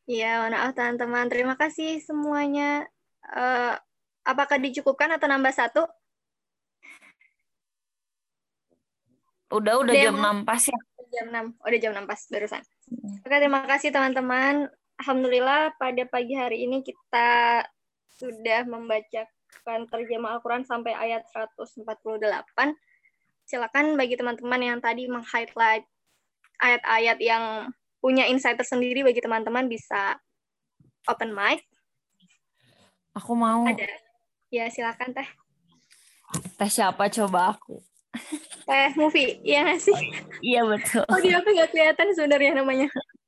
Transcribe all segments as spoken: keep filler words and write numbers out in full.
Iya, maaf teman-teman. Terima kasih semuanya. Eh, apakah dicukupkan atau nambah satu? Udah udah Ada yang jam mau? enam pas ya. Jam enam. Oh, udah jam enam pas barusan. Oke, terima kasih teman-teman. Alhamdulillah pada pagi hari ini kita sudah membacakan terjemah Al-Quran sampai ayat seratus empat puluh delapan. Silakan bagi teman-teman yang tadi meng-highlight ayat-ayat yang punya insight tersendiri, bagi teman-teman bisa open mic. Aku mau. Ada. Ya, silakan Teh. Teh siapa coba aku? Teh Movie, iya nggak sih? Iya betul. Oh, di H P nggak kelihatan sebenarnya namanya.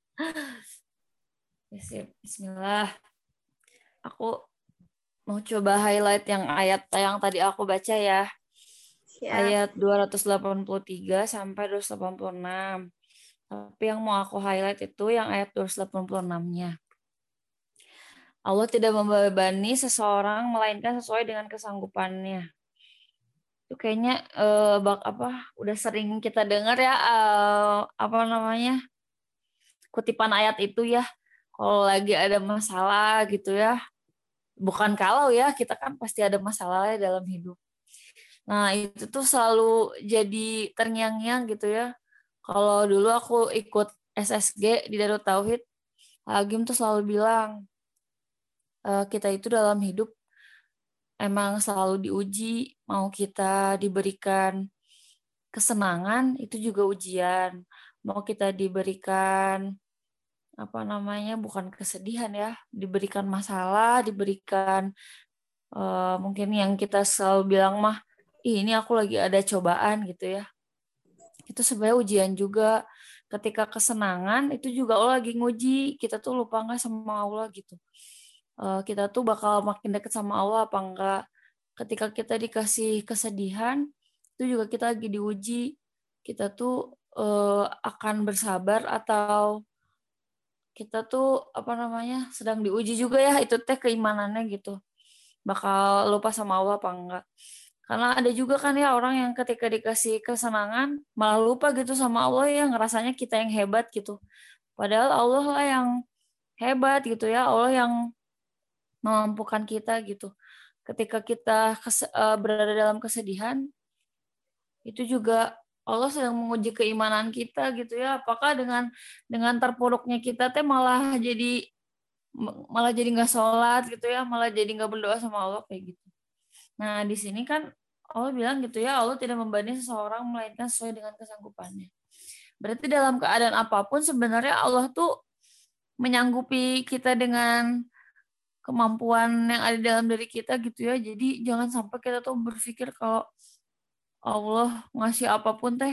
Ya, sip. Bismillah. Aku mau coba highlight yang ayat yang tadi aku baca ya. Siap. Ayat dua ratus delapan puluh tiga sampai dua ratus delapan puluh enam. Tapi yang mau aku highlight itu yang ayat dua ratus delapan puluh enam-nya. Allah tidak membebani seseorang melainkan sesuai dengan kesanggupannya. Itu kayaknya eh, bak apa udah sering kita dengar ya eh, apa namanya? Kutipan ayat itu ya. Kalau lagi ada masalah gitu ya. Bukan kalau ya, kita kan pasti ada masalah ya dalam hidup. Nah, itu tuh selalu jadi terngiang-ngiang gitu ya. Kalau dulu aku ikut S S G di Darut Tauhid, Agim tuh selalu bilang, e, kita itu dalam hidup emang selalu diuji, mau kita diberikan kesenangan, itu juga ujian. Mau kita diberikan, apa namanya, bukan kesedihan ya, diberikan masalah, diberikan uh, mungkin yang kita selalu bilang mah, Ih, ini aku lagi ada cobaan gitu ya. Itu sebenarnya ujian juga. Ketika kesenangan itu juga Allah lagi nguji. Kita tuh lupa nggak sama Allah gitu. Uh, kita tuh bakal makin dekat sama Allah apa enggak. Ketika kita dikasih kesedihan, itu juga kita lagi diuji. Kita tuh uh, akan bersabar atau kita tuh apa namanya sedang diuji juga ya itu teh keimanannya gitu bakal lupa sama Allah apa enggak. Karena ada juga kan ya orang yang ketika dikasih kesenangan malah lupa gitu sama Allah ya ngerasanya kita yang hebat gitu. Padahal Allah lah yang hebat gitu ya. Allah yang memampukan kita gitu. Ketika kita kes, uh, berada dalam kesedihan itu juga Allah sedang menguji keimanan kita gitu ya. Apakah dengan dengan terpuruknya kita teh malah jadi malah jadi nggak sholat gitu ya, malah jadi nggak berdoa sama Allah kayak gitu. Nah, di sini kan Allah bilang gitu ya, Allah tidak membebani seseorang melainkan sesuai dengan kesanggupannya. Berarti dalam keadaan apapun sebenarnya Allah tuh menyanggupi kita dengan kemampuan yang ada dalam diri kita gitu ya. Jadi jangan sampai kita tuh berpikir kalau Allah ngasih apapun teh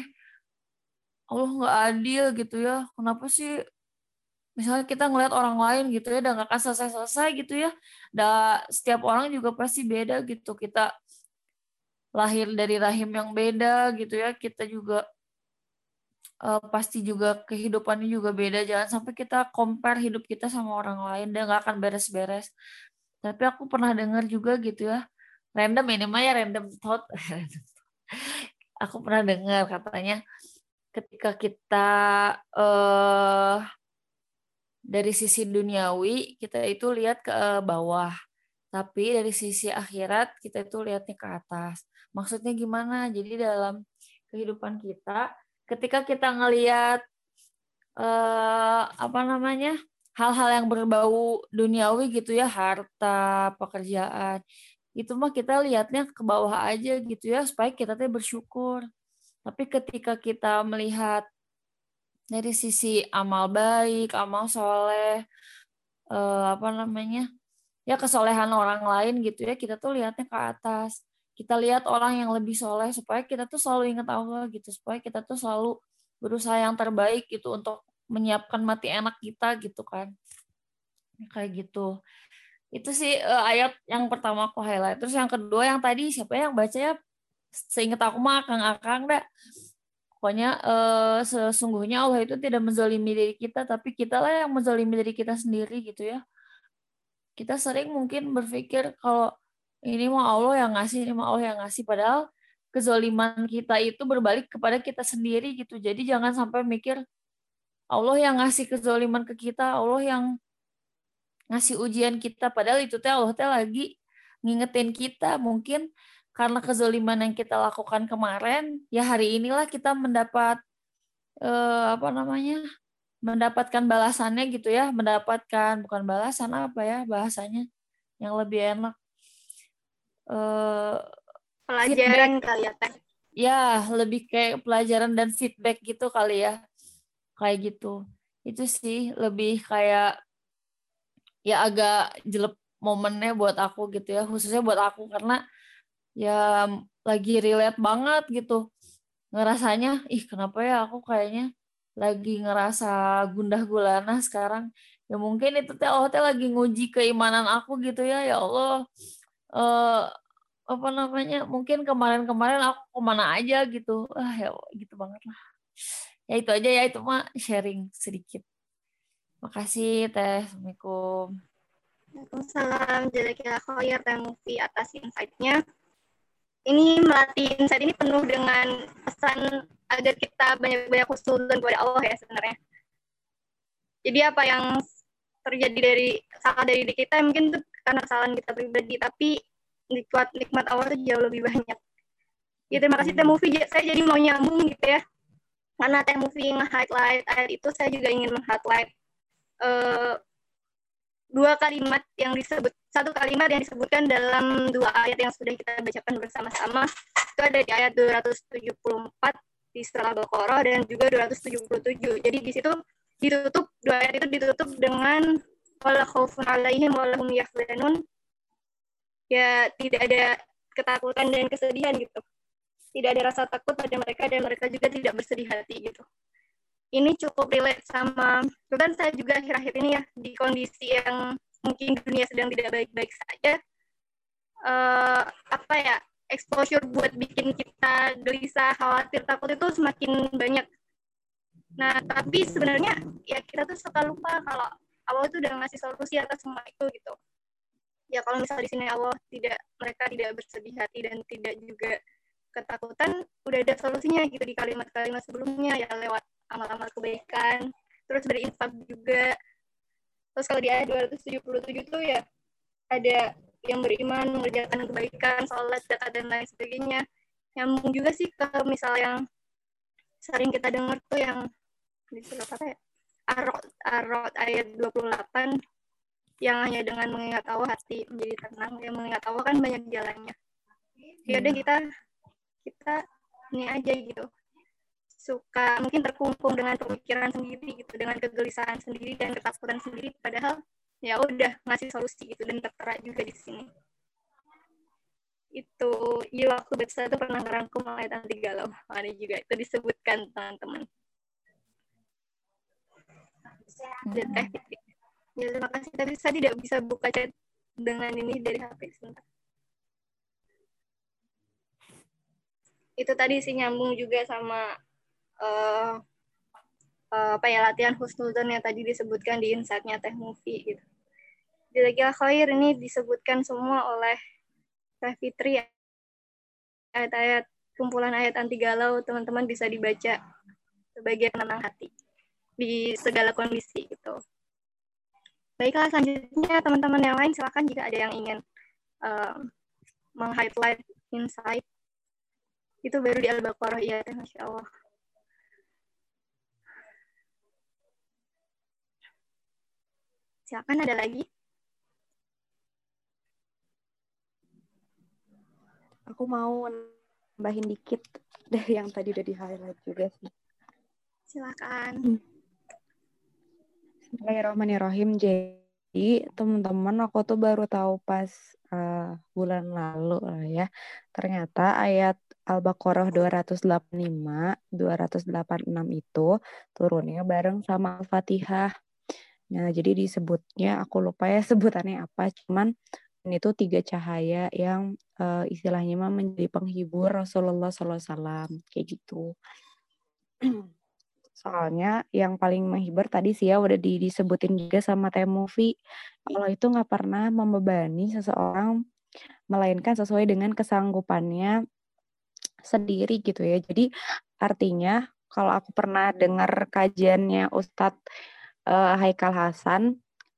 Allah nggak adil gitu ya. Kenapa sih misalnya kita ngelihat orang lain gitu ya, dan nggak akan selesai-selesai gitu ya. Dan setiap orang juga pasti beda gitu. Kita lahir dari rahim yang beda gitu ya. Kita juga uh, pasti juga kehidupannya juga beda. Jangan sampai kita compare hidup kita sama orang lain dan nggak akan beres-beres. Tapi aku pernah dengar juga gitu ya. Random ini mah ya random thought. Aku pernah dengar katanya ketika kita uh, dari sisi duniawi kita itu lihat ke bawah, tapi dari sisi akhirat kita itu lihatnya ke atas. Maksudnya gimana? Jadi dalam kehidupan kita, ketika kita ngelihat eh, apa namanya hal-hal yang berbau duniawi gitu ya, harta, pekerjaan, itu mah kita lihatnya ke bawah aja gitu ya, supaya kita tuh bersyukur. Tapi ketika kita melihat dari sisi amal baik, amal soleh, eh, apa namanya, ya kesolehan orang lain gitu ya, kita tuh lihatnya ke atas. Kita lihat orang yang lebih soleh supaya kita tuh selalu ingat Allah gitu, supaya kita tuh selalu berusaha yang terbaik gitu untuk menyiapkan mati enak kita gitu kan. Kayak gitu. Itu sih uh, ayat yang pertama aku highlight. Terus yang kedua yang tadi siapa yang baca ya? Seingat aku mah akang-akang dah. Pokoknya uh, sesungguhnya Allah itu tidak menzalimi diri kita, tapi kita lah yang menzalimi diri kita sendiri gitu ya. Kita sering mungkin berpikir kalau ini mau Allah yang ngasih, ini mau Allah yang ngasih. Padahal kezaliman kita itu berbalik kepada kita sendiri gitu. Jadi jangan sampai mikir Allah yang ngasih kezaliman ke kita, Allah yang ngasih ujian kita, padahal itu teh Allah teh lagi ngingetin kita. Mungkin karena kezaliman yang kita lakukan kemarin, ya hari inilah kita mendapat eh, apa namanya, mendapatkan balasannya gitu ya, mendapatkan, bukan balasan, apa ya bahasanya yang lebih enak, eh, feedback. Pelajaran kali ya Teh. Ya, lebih kayak pelajaran dan feedback gitu kali ya, kayak gitu. Itu sih lebih kayak ya agak jelek momennya buat aku gitu ya, khususnya buat aku karena ya lagi relate banget gitu ngerasanya. Ih, kenapa ya aku kayaknya lagi ngerasa gundah gulana sekarang. Ya mungkin itu teh Allah teh lagi nguji keimanan aku gitu ya. Ya Allah, eh, apa namanya, mungkin kemarin-kemarin aku kemana aja gitu. Ah ya Allah, gitu banget lah. Ya itu aja ya, itu mah sharing sedikit. Makasih Teh. Assalamualaikum. Waalaikumsalam, jazakallahu khair Teh Mufi atas insight-nya. Ini melatih insight ini penuh dengan pesan agar kita banyak-banyak husnudzon kepada Allah ya sebenarnya. Jadi apa yang terjadi dari salah dari diri kita mungkin itu karena kesalahan kita pribadi, tapi nikmat nikmat Allah itu jauh lebih banyak. Ya terima kasih Teh Mufi. Saya jadi mau nyambung gitu ya. Karena Teh Mufi nge-highlight ayat itu, saya juga ingin meng-highlight uh, dua kalimat yang disebut, satu kalimat yang disebutkan dalam dua ayat yang sudah kita bacakan bersama-sama. Itu ada di ayat dua ratus tujuh puluh empat di surah Al-Baqarah dan juga dua ratus tujuh puluh tujuh. Jadi di situ ditutup, dua ayat itu ditutup dengan wala khaufun alaihim wala hum yahzanun. Ya, tidak ada ketakutan dan kesedihan gitu. Tidak ada rasa takut pada mereka dan mereka juga tidak bersedih hati gitu. Ini cukup relate sama, kan saya juga akhir-akhir ini ya di kondisi yang mungkin dunia sedang tidak baik-baik saja. Uh, apa ya, exposure buat bikin kita gelisah, khawatir, takut itu semakin banyak. Nah, tapi sebenarnya ya kita tuh suka lupa kalau Allah itu udah ngasih solusi atas semua itu gitu. Ya kalau misalnya di sini Allah tidak, mereka tidak bersedih hati dan tidak juga ketakutan, udah ada solusinya gitu di kalimat-kalimat sebelumnya ya, lewat amal-amal kebaikan, terus berinfak juga. Terus kalau di ayat dua ratus tujuh puluh tujuh tuh ya ada yang beriman, mengerjakan kebaikan, sholat, zakat, dan lain sebagainya. Nyambung juga sih ke misal yang sering kita dengar tuh yang di surat apa ya? Ar-Ra'd, Ar-Ra'd ayat dua puluh delapan, yang hanya dengan mengingat Allah hati menjadi tenang. Yang mengingat Allah kan banyak jalannya. Ya udah kita kita ini aja gitu. Suka mungkin terkungkung dengan pemikiran sendiri gitu, dengan kegelisahan sendiri dan ketakutan sendiri, padahal ya udah ngasih solusi gitu dan tertera juga di sini. Itu ya waktu baca itu pernah ngerangkum ayat anti galau, ada juga itu disebutkan teman-teman. Dan teh ya, terima kasih, tapi saya tidak bisa buka chat dengan ini dari H P sebentar. Itu tadi sih nyambung juga sama uh, uh, apa ya, latihan husnudzon yang tadi disebutkan di insight-nya Teh Mufi gitu. Jazakallahu khair ini disebutkan semua oleh Teh Fitri, ayat-ayat, kumpulan ayat anti galau, teman-teman bisa dibaca sebagai penenang hati di segala kondisi gitu. Baiklah, selanjutnya teman-teman yang lain silakan jika ada yang ingin uh, meng-highlight insight. Itu baru di Al-Baqarah ya, Masya Allah. Silakan, ada lagi? Aku mau nambahin dikit dari yang tadi udah di-highlight juga sih. Silakan. Bismillahirrahmanirrahim. Jadi teman-teman, aku tuh baru tahu pas uh, bulan lalu lah ya. Ternyata ayat Al-Baqarah dua ratus delapan puluh lima, dua ratus delapan puluh enam itu turunnya bareng sama Al-Fatihah. Nah, jadi disebutnya, aku lupa ya sebutannya apa, cuman ini tuh tiga cahaya yang uh, istilahnya mah menjadi penghibur Rasulullah shallallahu alaihi wasallam, kayak gitu. Soalnya yang paling menghibur tadi sih ya udah di, disebutin juga sama Teh Mufi. Allah itu nggak pernah membebani seseorang melainkan sesuai dengan kesanggupannya sendiri gitu ya. Jadi artinya kalau aku pernah dengar kajiannya Ustadz uh, Haikal Hasan,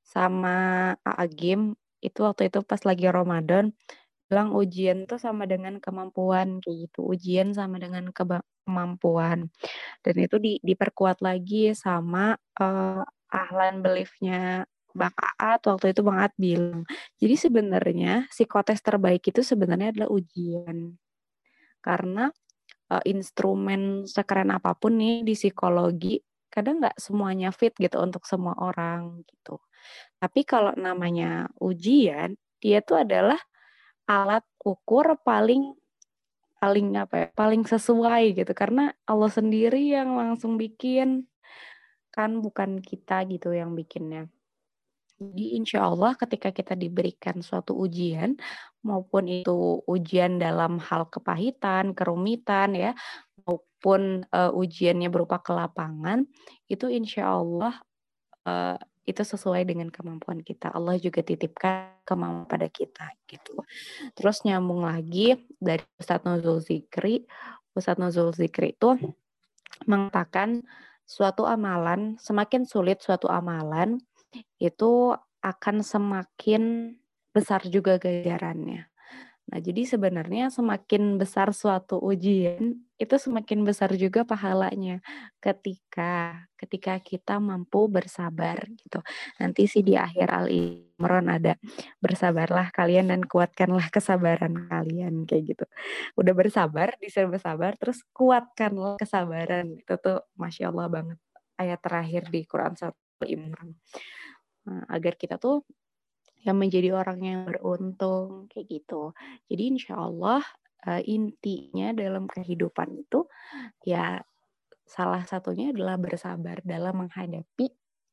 sama Agim itu waktu itu pas lagi Ramadan bilang ujian tuh sama dengan kemampuan kayak gitu. Ujian sama dengan keba- kemampuan. Dan itu di, diperkuat lagi sama uh, ahlan beliefnya Bang Aat. Waktu itu Bang Aat bilang. Jadi sebenarnya psikotes terbaik itu sebenarnya adalah ujian. Karena uh, instrumen sekeren apapun nih di psikologi kadang nggak semuanya fit gitu untuk semua orang gitu. Tapi kalau namanya ujian, dia tuh adalah alat ukur paling paling apa ya, paling sesuai gitu. Karena Allah sendiri yang langsung bikin, kan bukan kita gitu yang bikinnya. Jadi insya Allah ketika kita diberikan suatu ujian, maupun itu ujian dalam hal kepahitan, kerumitan ya, maupun uh, ujiannya berupa kelapangan, itu insya Allah uh, itu sesuai dengan kemampuan kita. Allah juga titipkan kemampuan pada kita gitu. Terus nyambung lagi dari Ustadz Nuzul Zikri, Ustadz Nuzul Zikri itu mengatakan suatu amalan, semakin sulit suatu amalan, itu akan semakin besar juga ganjarannya. Nah, jadi sebenarnya semakin besar suatu ujian, itu semakin besar juga pahalanya ketika ketika kita mampu bersabar gitu. Nanti sih di akhir Al-Imran ada bersabarlah kalian dan kuatkanlah kesabaran kalian kayak gitu. Udah bersabar, disuruh bersabar, terus kuatkanlah kesabaran. Itu tuh Masya Allah banget ayat terakhir di Quran surat Al-Imran. Nah, agar kita tuh yang menjadi orang yang beruntung kayak gitu. Jadi insya Allah uh, intinya dalam kehidupan itu ya salah satunya adalah bersabar dalam menghadapi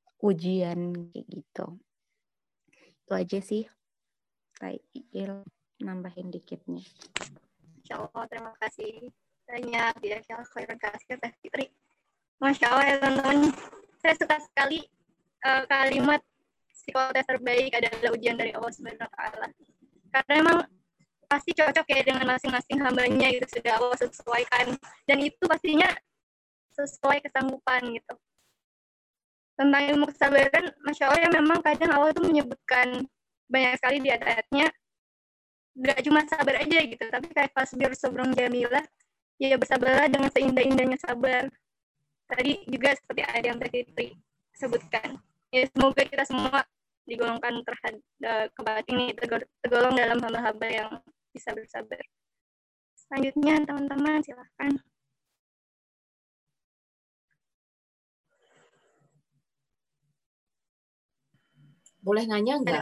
ujian kayak gitu. Itu aja sih. Tail nambahin dikitnya. Insya Allah, terima kasih banyak ya khairan kasih Teh Fitri. Masya Allah ya teman-teman, saya suka sekali uh, kalimat psikotes terbaik adalah ujian dari Allah Subhanahu Wa Taala. Karena emang pasti cocok ya dengan masing-masing hambanya gitu, sudah Allah sesuaikan, dan itu pastinya sesuai kesanggupan gitu. Tentang ilmu kesabaran, Masya Allah ya memang kadang Allah tuh menyebutkan banyak sekali di ayat-ayatnya, gak cuma sabar aja gitu, tapi kayak fasbir sabrun jamilah, ya bersabarlah dengan seindah-indahnya sabar. Tadi juga seperti ada yang tadi sebutkan. Ya semoga kita semua digolongkan terhadap kebat ini, tergolong dalam hamba-hamba yang bisa bersabar. Selanjutnya teman-teman silahkan. Boleh nanya nggak?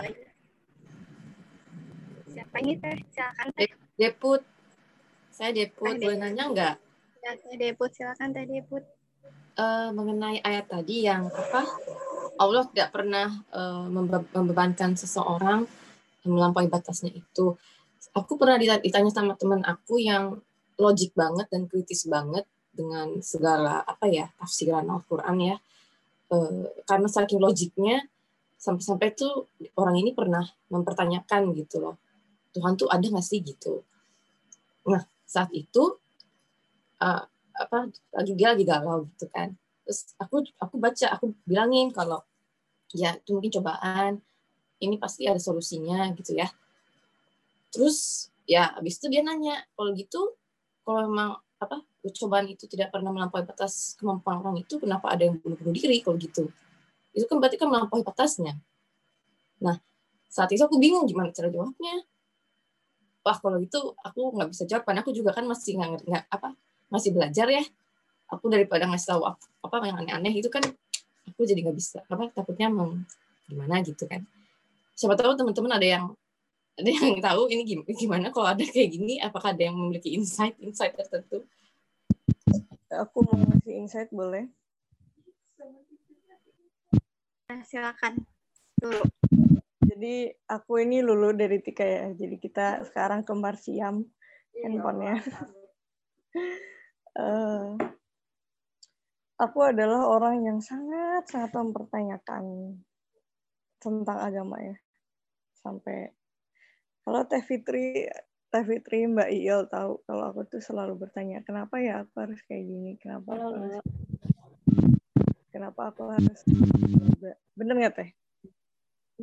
Siapa ini Teh? Silakan Teh. Deput. Saya Deput. Boleh nanya nggak? Ya, Teh Deput. Silakan Teh Deput. Uh, mengenai ayat tadi yang apa? Allah tidak pernah uh, membe- membebankan seseorang melampaui batasnya itu. Aku pernah ditanya sama teman aku yang logik banget dan kritis banget dengan segala apa ya tafsiran Al-Quran ya. Uh, karena saking logiknya sampai-sampai tuh orang ini pernah mempertanyakan gitu loh. Tuhan tuh ada nggak sih gitu. Nah saat itu uh, apa lagi dia lagi galau gitu kan. Terus aku aku baca aku bilangin kalau ya itu mungkin cobaan, ini pasti ada solusinya gitu ya. Terus ya abis itu dia nanya, kalau gitu kalau memang apa cobaan itu tidak pernah melampaui batas kemampuan orang itu, kenapa ada yang bunuh-bunuh diri kalau gitu? Itu kan berarti kan melampaui batasnya. Nah saat itu aku bingung gimana cara jawabnya. Wah kalau gitu aku nggak bisa jawab, karena aku juga kan masih nggak nggak apa masih belajar ya. Aku daripada ngasih tahu apa yang aneh-aneh itu kan aku jadi nggak bisa apa takutnya mau gimana gitu kan. Siapa tahu teman-teman ada yang ada yang tahu ini gimana kalau ada kayak gini, apakah ada yang memiliki insight insight tertentu? Aku mau ngasih insight boleh? Nah, silakan dulu. Jadi aku ini Lulu dari Tika ya. Jadi kita sekarang kembar siam handphonenya. uh, aku adalah orang yang sangat sangat mempertanyakan tentang agama ya. Sampai kalau Teh Fitri, Teh Fitri Mbak Iel tahu kalau aku tuh selalu bertanya, kenapa ya aku harus kayak gini? Kenapa aku harus Kenapa aku harus bener nggak Teh?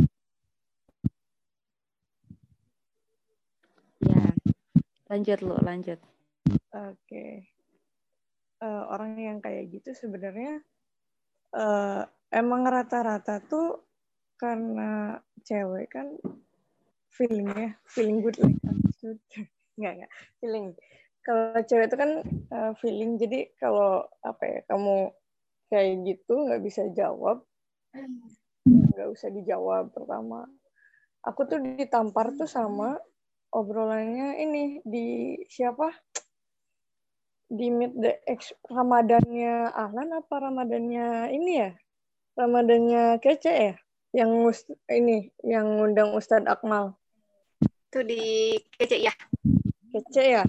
Lanjut lu, lanjut. Oke. Uh, orang yang kayak gitu sebenarnya uh, emang rata-rata tuh karena cewek kan feelingnya feeling good like attitude. Nggak, nggak. Feeling. Kalau cewek itu kan uh, feeling, jadi kalau apa ya, kamu kayak gitu nggak bisa jawab, nggak usah dijawab pertama. Aku tuh ditampar tuh sama obrolannya ini di siapa? Di Meet the Ex Ramadannya Ahlan apa Ramadannya ini ya? Ramadannya Kece ya? Yang ust- ini yang ngundang Ustadz Akmal. Itu di Kece ya. Kece ya?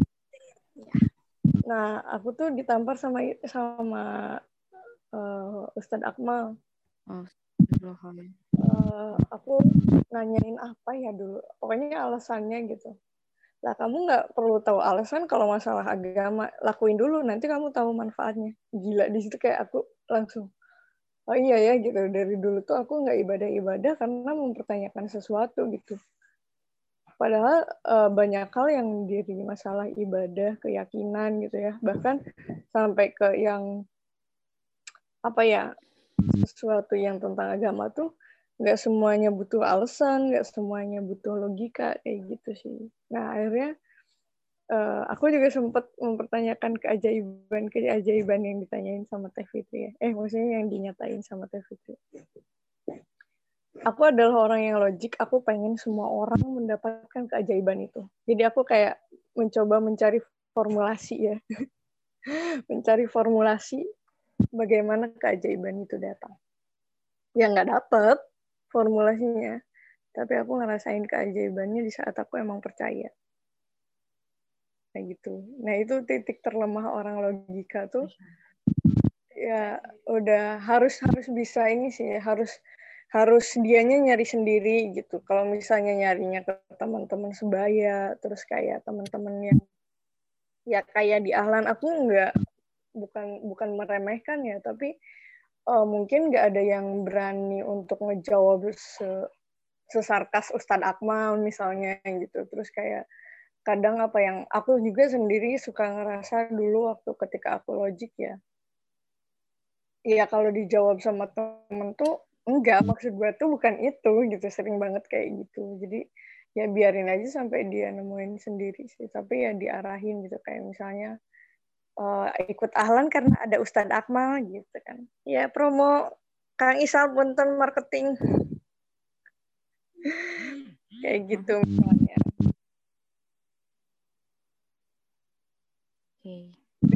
Nah, aku tuh ditampar sama sama uh, Ustadz Akmal. Oh, uh, aku nanyain apa ya dulu. Pokoknya alasannya gitu. Lah kamu nggak perlu tahu alasan kalau masalah agama, lakuin dulu nanti kamu tahu manfaatnya. Gila, di situ kayak aku langsung, oh iya ya gitu, dari dulu tuh aku nggak ibadah-ibadah karena mempertanyakan sesuatu gitu. Padahal uh, banyak hal yang dari masalah ibadah, keyakinan gitu ya, bahkan sampai ke yang apa ya, sesuatu yang tentang agama tuh nggak semuanya butuh alasan, nggak semuanya butuh logika kayak gitu sih. Nah akhirnya Uh, aku juga sempat mempertanyakan keajaiban-keajaiban yang ditanyain sama Teh Fitri. Eh, maksudnya yang dinyatain sama Teh Fitri. Aku adalah orang yang logik, aku pengen semua orang mendapatkan keajaiban itu. Jadi aku kayak mencoba mencari formulasi ya. mencari formulasi bagaimana keajaiban itu datang. Ya nggak dapet formulasinya, tapi aku ngerasain keajaibannya di saat aku emang percaya. Kayak gitu. Nah itu titik terlemah orang logika tuh ya udah harus harus bisa ini sih, harus harus dianya nyari sendiri gitu. Kalau misalnya nyarinya ke teman-teman sebaya, terus kayak teman-teman yang ya kayak di Ahlan, aku nggak bukan bukan meremehkan ya, tapi uh, mungkin nggak ada yang berani untuk ngejawab se sesarkas Ustadz Akmal misalnya gitu. Terus kayak kadang apa yang aku juga sendiri suka ngerasa dulu waktu ketika aku logik ya, ya kalau dijawab sama temen tuh enggak, maksud gue tuh bukan itu gitu, sering banget kayak gitu. Jadi ya biarin aja sampai dia nemuin sendiri sih, tapi ya diarahin gitu, kayak misalnya uh, ikut Ahlan karena ada Ustadz Akmal gitu kan, ya promo Kang Isal Punten marketing kayak gitu misalnya. Oke.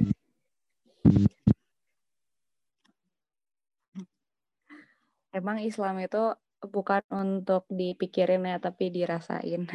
Emang Islam itu bukan untuk dipikirin ya, tapi dirasain.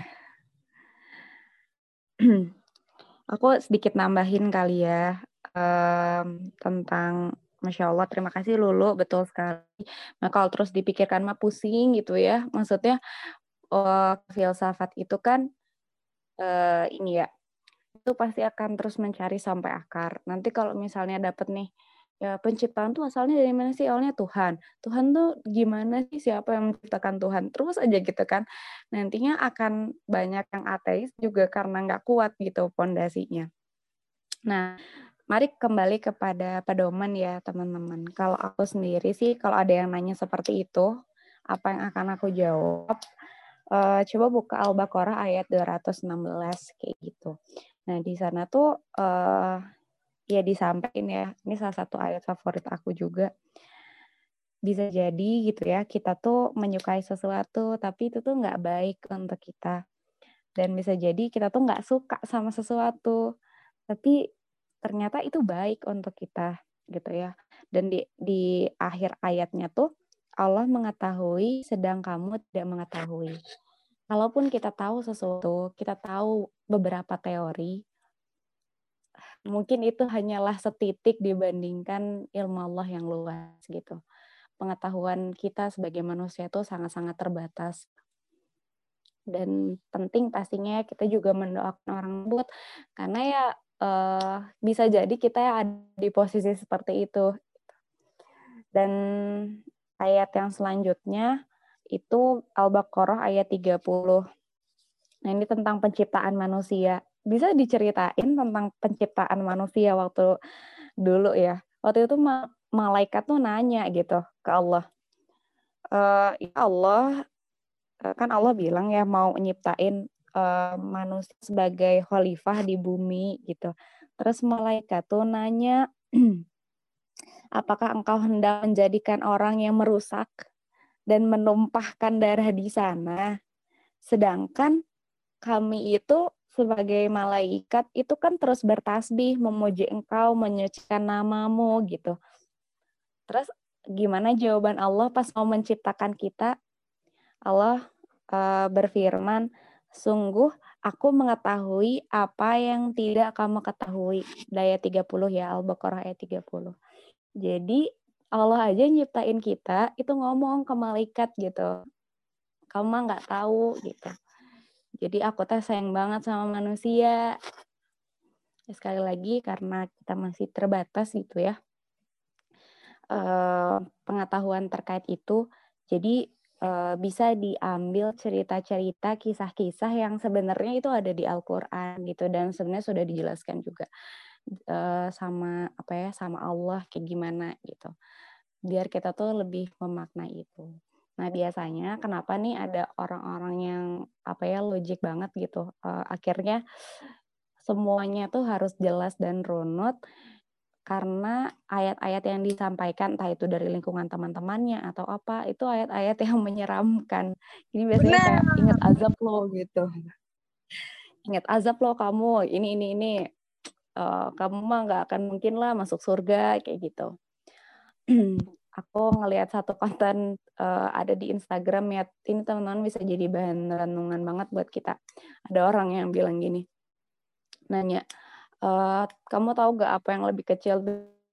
Aku sedikit nambahin kali ya um, tentang, Masya Allah, terima kasih Lulu, betul sekali. Nah kalau terus dipikirkan mah pusing gitu ya. Maksudnya oh, filsafat itu kan uh, ini ya, itu pasti akan terus mencari sampai akar. Nanti kalau misalnya dapet nih, ya penciptaan tuh asalnya dari mana sih? Awalnya Tuhan. Tuhan tuh gimana sih? Siapa yang menciptakan Tuhan? Terus aja gitu kan. Nantinya akan banyak yang ateis juga karena nggak kuat gitu fondasinya. Nah, mari kembali kepada pedoman ya teman-teman. Kalau aku sendiri sih, kalau ada yang nanya seperti itu, apa yang akan aku jawab? Uh, coba buka Al-Baqarah ayat dua ratus enam belas kayak gitu. Nah, di sana tuh uh, ya disampaikan ya, ini salah satu ayat favorit aku juga. Bisa jadi gitu ya, kita tuh menyukai sesuatu, tapi itu tuh nggak baik untuk kita. Dan bisa jadi kita tuh nggak suka sama sesuatu, tapi ternyata itu baik untuk kita gitu ya. Dan di, di akhir ayatnya tuh, Allah mengetahui sedang kamu tidak mengetahui. Kalaupun kita tahu sesuatu, kita tahu beberapa teori, mungkin itu hanyalah setitik dibandingkan ilmu Allah yang luas gitu. Pengetahuan kita sebagai manusia itu sangat-sangat terbatas. Dan penting pastinya kita juga mendoakan orang tersebut, karena ya eh, bisa jadi kita ada di posisi seperti itu. Dan ayat yang selanjutnya itu Al-Baqarah ayat tiga puluh. Nah, ini tentang penciptaan manusia. bisa diceritain tentang penciptaan manusia waktu dulu ya. Waktu itu ma- malaikat tuh nanya gitu ke Allah. Eh, ya Allah, eh, kan Allah bilang ya mau nyiptain eh, manusia sebagai khalifah di bumi gitu. Terus malaikat tuh nanya, apakah engkau hendak menjadikan orang yang merusak dan menumpahkan darah di sana? Sedangkan kami itu sebagai malaikat itu kan terus bertasbih, memuji engkau, menyucikan namamu gitu. Terus gimana jawaban Allah pas mau menciptakan kita? Allah uh, berfirman, sungguh aku mengetahui apa yang tidak kamu ketahui. Ayat tiga puluh ya, Al-Baqarah ayat tiga puluh. Jadi Allah aja nyiptain kita itu ngomong ke malaikat gitu. Kamu mah nggak tahu gitu. Jadi aku teh sayang banget sama manusia. Sekali lagi karena kita masih terbatas gitu ya. Uh, pengetahuan terkait itu. Jadi uh, bisa diambil cerita-cerita, kisah-kisah yang sebenarnya itu ada di Al-Qur'an gitu dan sebenarnya sudah dijelaskan juga uh, sama apa ya, sama Allah kayak gimana gitu. Biar kita tuh lebih memaknai itu. Nah, biasanya kenapa nih ada orang-orang yang apa ya logik banget gitu. Uh, akhirnya semuanya tuh harus jelas dan runut karena ayat-ayat yang disampaikan entah itu dari lingkungan teman-temannya atau apa, itu ayat-ayat yang menyeramkan. Jadi biasanya Benar. kayak ingat azab lo gitu. Ingat azab lo kamu, ini ini ini. Uh, kamu mah nggak akan mungkin lah masuk surga kayak gitu. Aku ngelihat satu konten uh, ada di Instagram ya, ini teman-teman bisa jadi bahan renungan banget buat kita. Ada orang yang bilang gini, nanya, uh, kamu tahu gak apa yang lebih kecil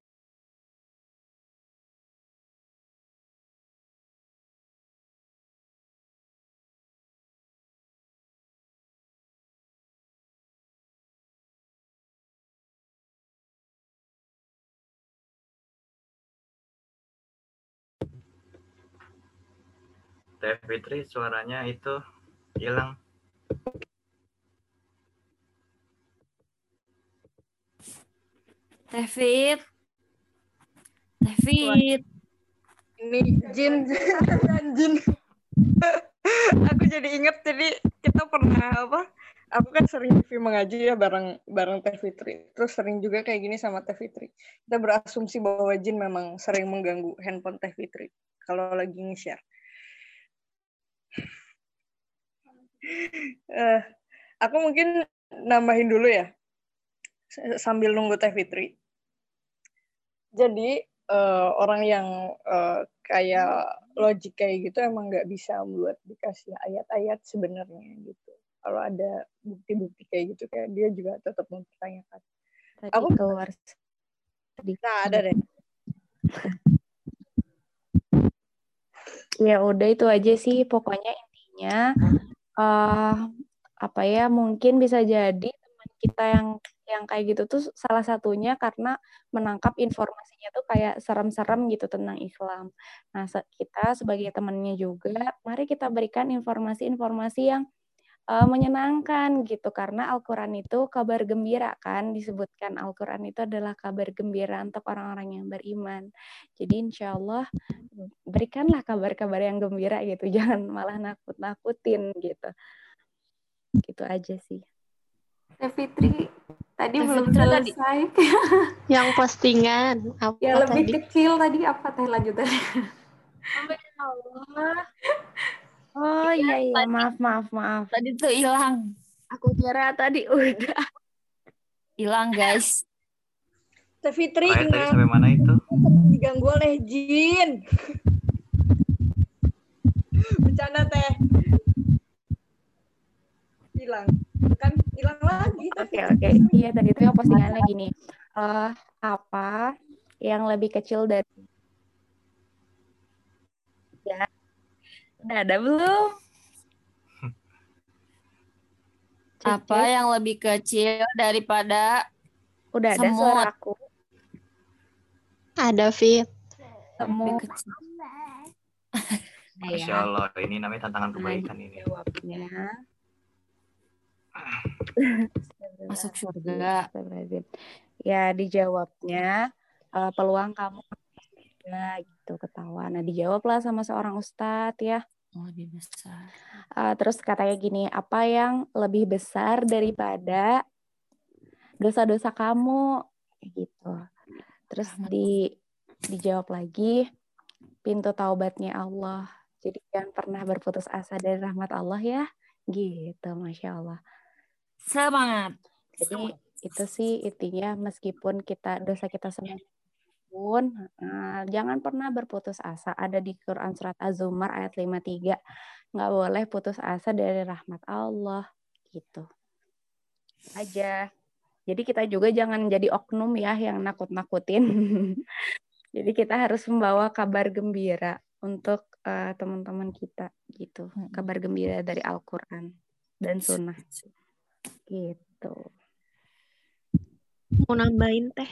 Teh Fitri suaranya itu hilang. Teh Fit. Teh Fit. Ini Jin dan Jin. Aku jadi inget, jadi kita pernah apa? Aku kan sering T V mengaji ya bareng bareng Teh Fitri. Terus sering juga kayak gini sama Teh Fitri. Kita berasumsi bahwa Jin memang sering mengganggu handphone Teh Fitri kalau lagi nge-share. Uh, aku mungkin nambahin dulu ya sambil nunggu Teh Fitri. Jadi uh, orang yang uh, kayak logik kayak gitu emang nggak bisa buat dikasih ayat-ayat sebenarnya gitu. Kalau ada bukti-bukti kayak gitu kayak dia juga tetap mempertanyakan. tadi Aku keluar tadi. Nah, ada deh. Ya udah itu aja sih pokoknya intinya uh, apa ya mungkin bisa jadi teman kita yang yang kayak gitu tuh salah satunya karena menangkap informasinya tuh kayak serem-serem gitu tentang Islam. Nah, kita sebagai temannya juga mari kita berikan informasi-informasi yang uh, menyenangkan gitu karena Al-Qur'an itu kabar gembira kan, disebutkan Al-Qur'an itu adalah kabar gembira untuk orang-orang yang beriman. Jadi insya Allah berikanlah kabar-kabar yang gembira gitu, jangan malah nakut-nakutin gitu. Gitu aja sih. Teh Fitri tadi Teh belum Fitri selesai. Yang postingan apa Ya lebih tadi? kecil tadi apa teh lanjutannya? Allah. Oh iya iya maaf maaf maaf. Tadi tuh hilang. Aku kira tadi udah Hilang guys. Teh Fitri Ayat tadi ingat sampai mana itu? diganggu oleh Jin. Bercanda Teh. Hilang. Kan hilang lagi. Oke oke. Iya tadi tuh yang postingannya gini. Uh, apa yang lebih kecil dari ya? Udah ada belum? Cek, Apa cek. yang lebih kecil daripada Udah ada semut? suara aku. Ada Fit. Lebih Semut. kecil. Masya Allah, ini namanya tantangan kebaikan ini. Jawabnya. Masuk surga. Ya, dijawabnya uh, peluang kamu juga gitu ketahuan. Nah, dijawablah sama seorang ustadz ya. Oh, lebih besar. Uh, terus katanya gini, apa yang lebih besar daripada dosa-dosa kamu gitu. Terus di dijawab lagi, pintu taubatnya Allah. Jadi jangan pernah berputus asa dari rahmat Allah ya. Gitu, Masya Allah. Semangat. Jadi itu sih intinya, meskipun kita dosa kita semua pun uh, jangan pernah berputus asa. Ada di Quran surat Az-Zumar ayat lima puluh tiga. Nggak boleh putus asa dari rahmat Allah. Gitu aja. Jadi kita juga jangan jadi oknum ya yang nakut-nakutin. Jadi kita harus membawa kabar gembira untuk uh, teman-teman kita gitu. Kabar gembira dari Al-Quran dan Sunnah. Gitu. Mau nambahin teh.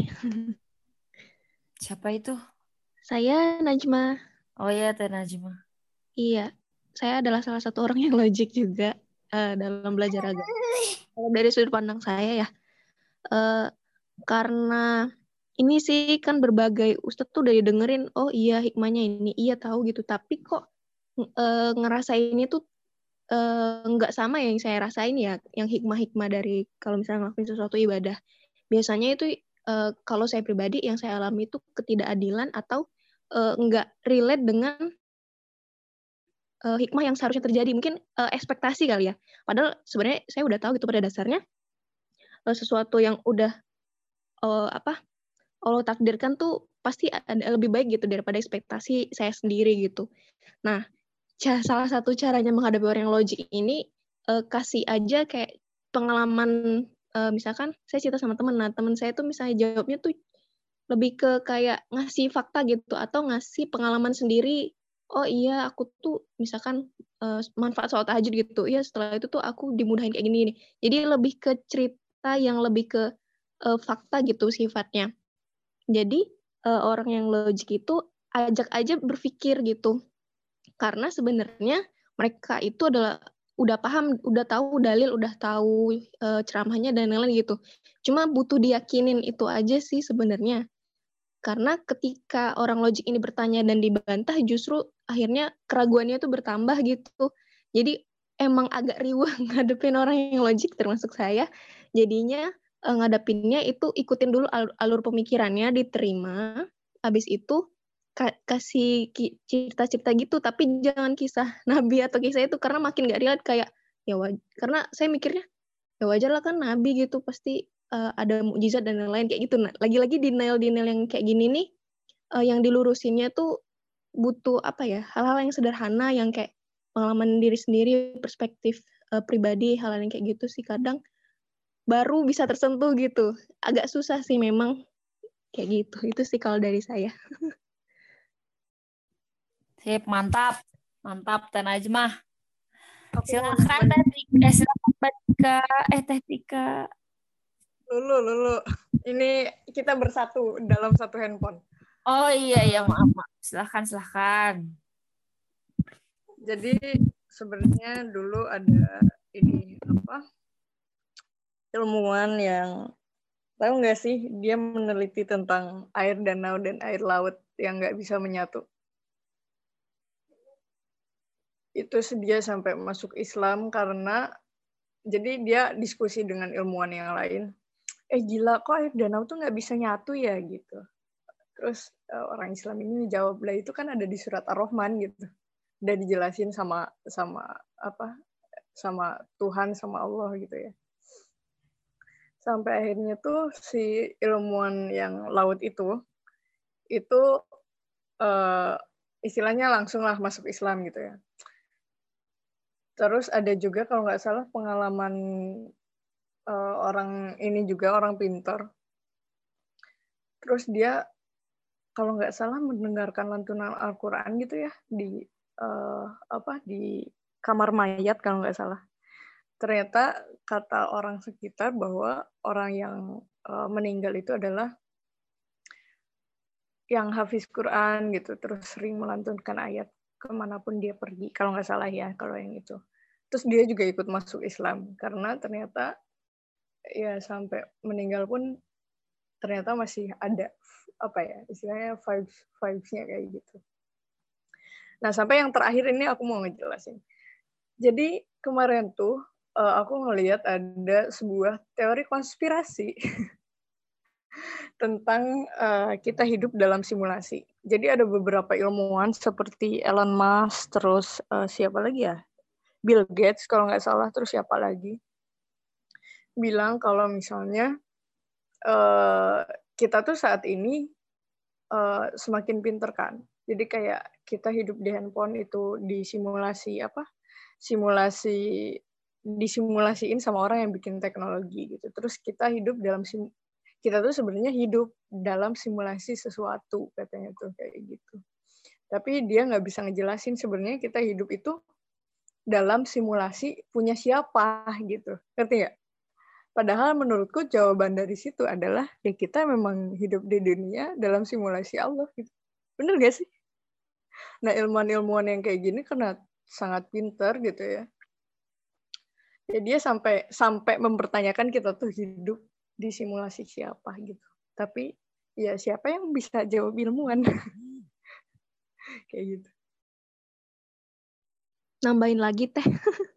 Siapa itu? Saya Najma. Oh iya, Teh Najma. Iya, saya adalah salah satu orang yang logik juga uh, dalam belajar agama. Kalau dari sudut pandang saya ya, uh, karena ini sih kan berbagai ustadz tuh udah didengerin, oh iya hikmahnya ini, iya tahu gitu, tapi kok uh, ngerasain itu nggak uh, sama yang saya rasain ya, yang hikmah-hikmah dari kalau misalnya ngelakuin sesuatu ibadah. Biasanya itu uh, kalau saya pribadi yang saya alami itu ketidakadilan atau uh, nggak relate dengan uh, hikmah yang seharusnya terjadi. Mungkin uh, ekspektasi kali ya. Padahal sebenarnya saya udah tahu gitu pada dasarnya uh, sesuatu yang udah uh, apa Allah takdirkan tuh pasti ada lebih baik gitu daripada ekspektasi saya sendiri gitu. Nah, salah satu caranya menghadapi orang yang logik ini uh, kasih aja kayak pengalaman. Uh, misalkan saya cerita sama teman, nah teman saya tuh misalnya jawabnya tuh lebih ke kayak ngasih fakta gitu atau ngasih pengalaman sendiri. Oh iya, aku tuh misalkan uh, manfaat sholat tahajud gitu. Iya, setelah itu tuh aku dimudahin kayak gini. Jadi lebih ke cerita yang lebih ke uh, fakta gitu sifatnya. Jadi uh, orang yang logik itu ajak aja berpikir gitu. Karena sebenarnya mereka itu adalah udah paham, udah tahu dalil, udah tahu uh, ceramahnya dan lain-lain gitu. Cuma butuh diyakinin itu aja sih sebenarnya. Karena ketika orang logik ini bertanya dan dibantah, justru akhirnya keraguannya tuh bertambah gitu. Jadi emang agak riuh ngadepin orang yang logik, termasuk saya. Jadinya uh, ngadepinnya itu ikutin dulu alur, alur pemikirannya, diterima. Habis itu kasih cerita-cerita gitu, tapi jangan kisah nabi atau kisah itu, karena makin gak relate kayak ya waj- karena saya mikirnya ya wajar lah kan nabi gitu pasti uh, ada mukjizat dan lain-lain kayak gitu. Nah, lagi-lagi denial-denial yang kayak gini nih uh, yang dilurusinnya tuh butuh apa ya, hal-hal yang sederhana yang kayak pengalaman diri sendiri, perspektif uh, pribadi, hal-hal yang kayak gitu sih kadang baru bisa tersentuh gitu. Agak susah sih memang kayak gitu. Itu sih kalau dari saya. Sip, mantap. Mantap, Teh Najma. Aku mau Silakan Teh nambahin. Tika. Eh, silakan Mbak Tika. Eh, Teh Tika. Lulu, Lulu. Ini kita bersatu dalam satu handphone. Oh iya, iya. Uh, Maaf, maaf. Silakan, silakan. Jadi sebenarnya dulu ada ini apa ilmuwan yang tahu nggak sih, dia meneliti tentang air danau dan air laut yang nggak bisa menyatu. Itu dia sampai masuk Islam karena jadi dia diskusi dengan ilmuwan yang lain. Eh gila, kok air danau tuh nggak bisa nyatu ya gitu. Terus uh, orang Islam ini jawab, lah itu kan ada di surat Ar-Rahman gitu. Udah dijelasin sama sama apa sama Tuhan, sama Allah gitu ya. Sampai akhirnya tuh si ilmuwan yang laut itu itu uh, istilahnya langsunglah masuk Islam gitu ya. Terus ada juga kalau nggak salah pengalaman uh, orang ini juga orang pintar. Terus dia kalau nggak salah mendengarkan lantunan Al-Quran gitu ya di uh, apa di kamar mayat kalau nggak salah. Ternyata kata orang sekitar bahwa orang yang uh, meninggal itu adalah yang hafiz Quran gitu, terus sering melantunkan ayat kemanapun dia pergi, kalau nggak salah ya, kalau yang itu. Terus dia juga ikut masuk Islam, karena ternyata ya sampai meninggal pun ternyata masih ada apa ya istilahnya vibes vibes-nya kayak gitu. Nah sampai yang terakhir ini aku mau ngejelasin. Jadi kemarin tuh uh, aku ngelihat ada sebuah teori konspirasi tentang uh, kita hidup dalam simulasi. Jadi ada beberapa ilmuwan seperti Elon Musk, terus uh, siapa lagi ya? Bill Gates kalau nggak salah, terus siapa lagi? Bilang kalau misalnya uh, kita tuh saat ini uh, semakin pinter kan. Jadi kayak kita hidup di handphone itu disimulasi apa? Simulasi disimulasiin sama orang yang bikin teknologi gitu. Terus kita hidup dalam sim kita tuh sebenarnya hidup dalam simulasi sesuatu katanya tuh kayak gitu. Tapi dia nggak bisa ngejelasin sebenarnya kita hidup itu dalam simulasi punya siapa gitu. Ngerti nggak? Padahal menurutku jawaban dari situ adalah ya kita memang hidup di dunia dalam simulasi Allah gitu. Bener gak sih? Nah ilmuwan-ilmuwan yang kayak gini karena sangat pintar gitu ya. Ya dia sampai sampai mempertanyakan kita tuh hidup di simulasi siapa gitu. Tapi ya siapa yang bisa jawab ilmuwan? Kayak gitu. Nambahin lagi teh.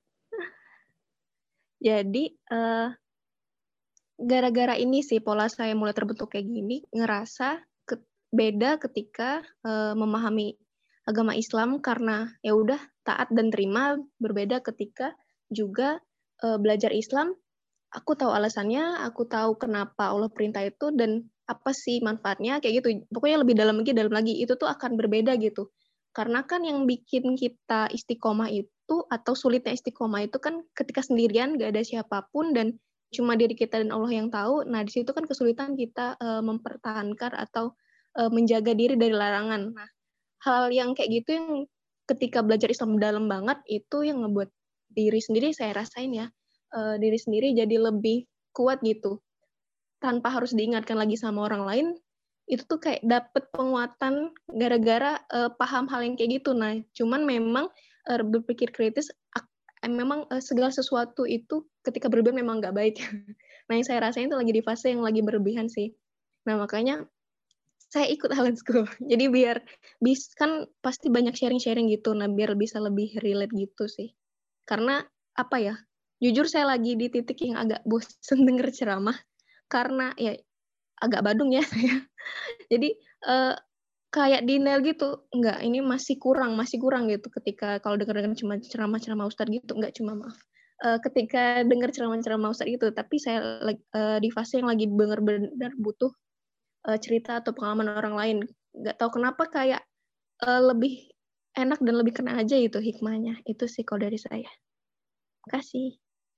Jadi uh, gara-gara ini sih pola saya mulai terbentuk kayak gini, ngerasa ke- beda ketika uh, memahami agama Islam karena ya udah taat dan terima, berbeda ketika juga uh, belajar Islam. Aku tahu alasannya, aku tahu kenapa Allah perintah itu dan apa sih manfaatnya kayak gitu. Pokoknya lebih dalam lagi, dalam lagi itu tuh akan berbeda gitu. Karena kan yang bikin kita istiqomah itu atau sulitnya istiqomah itu kan ketika sendirian gak ada siapapun dan cuma diri kita dan Allah yang tahu. Nah di situ kan kesulitan kita uh, mempertahankan atau uh, menjaga diri dari larangan. Nah hal yang kayak gitu yang ketika belajar Islam dalam banget itu yang ngebuat diri sendiri saya rasain ya. Uh, diri sendiri jadi lebih kuat gitu tanpa harus diingatkan lagi sama orang lain itu tuh kayak dapet penguatan gara-gara uh, paham hal yang kayak gitu. Nah cuman memang uh, berpikir kritis ak- memang uh, segala sesuatu itu ketika berlebihan memang nggak baik. Nah yang saya rasain itu lagi di fase yang lagi berlebihan sih. Nah makanya saya ikut Talent School jadi biar bis kan pasti banyak sharing-sharing gitu. Nah biar bisa lebih relate gitu sih karena apa ya jujur saya lagi di titik yang agak bosen denger ceramah karena ya agak badung ya saya. Jadi uh, kayak denial gitu, enggak ini masih kurang, masih kurang gitu ketika kalau denger-denger cuma ceramah-ceramah Ustadz gitu, enggak cuma maaf. Uh, ketika dengar ceramah-ceramah Ustadz gitu, tapi saya uh, di fase yang lagi benar-benar butuh uh, cerita atau pengalaman orang lain. Enggak tahu kenapa kayak uh, lebih enak dan lebih kena aja itu hikmahnya. Itu sih kalau dari saya. Terima kasih.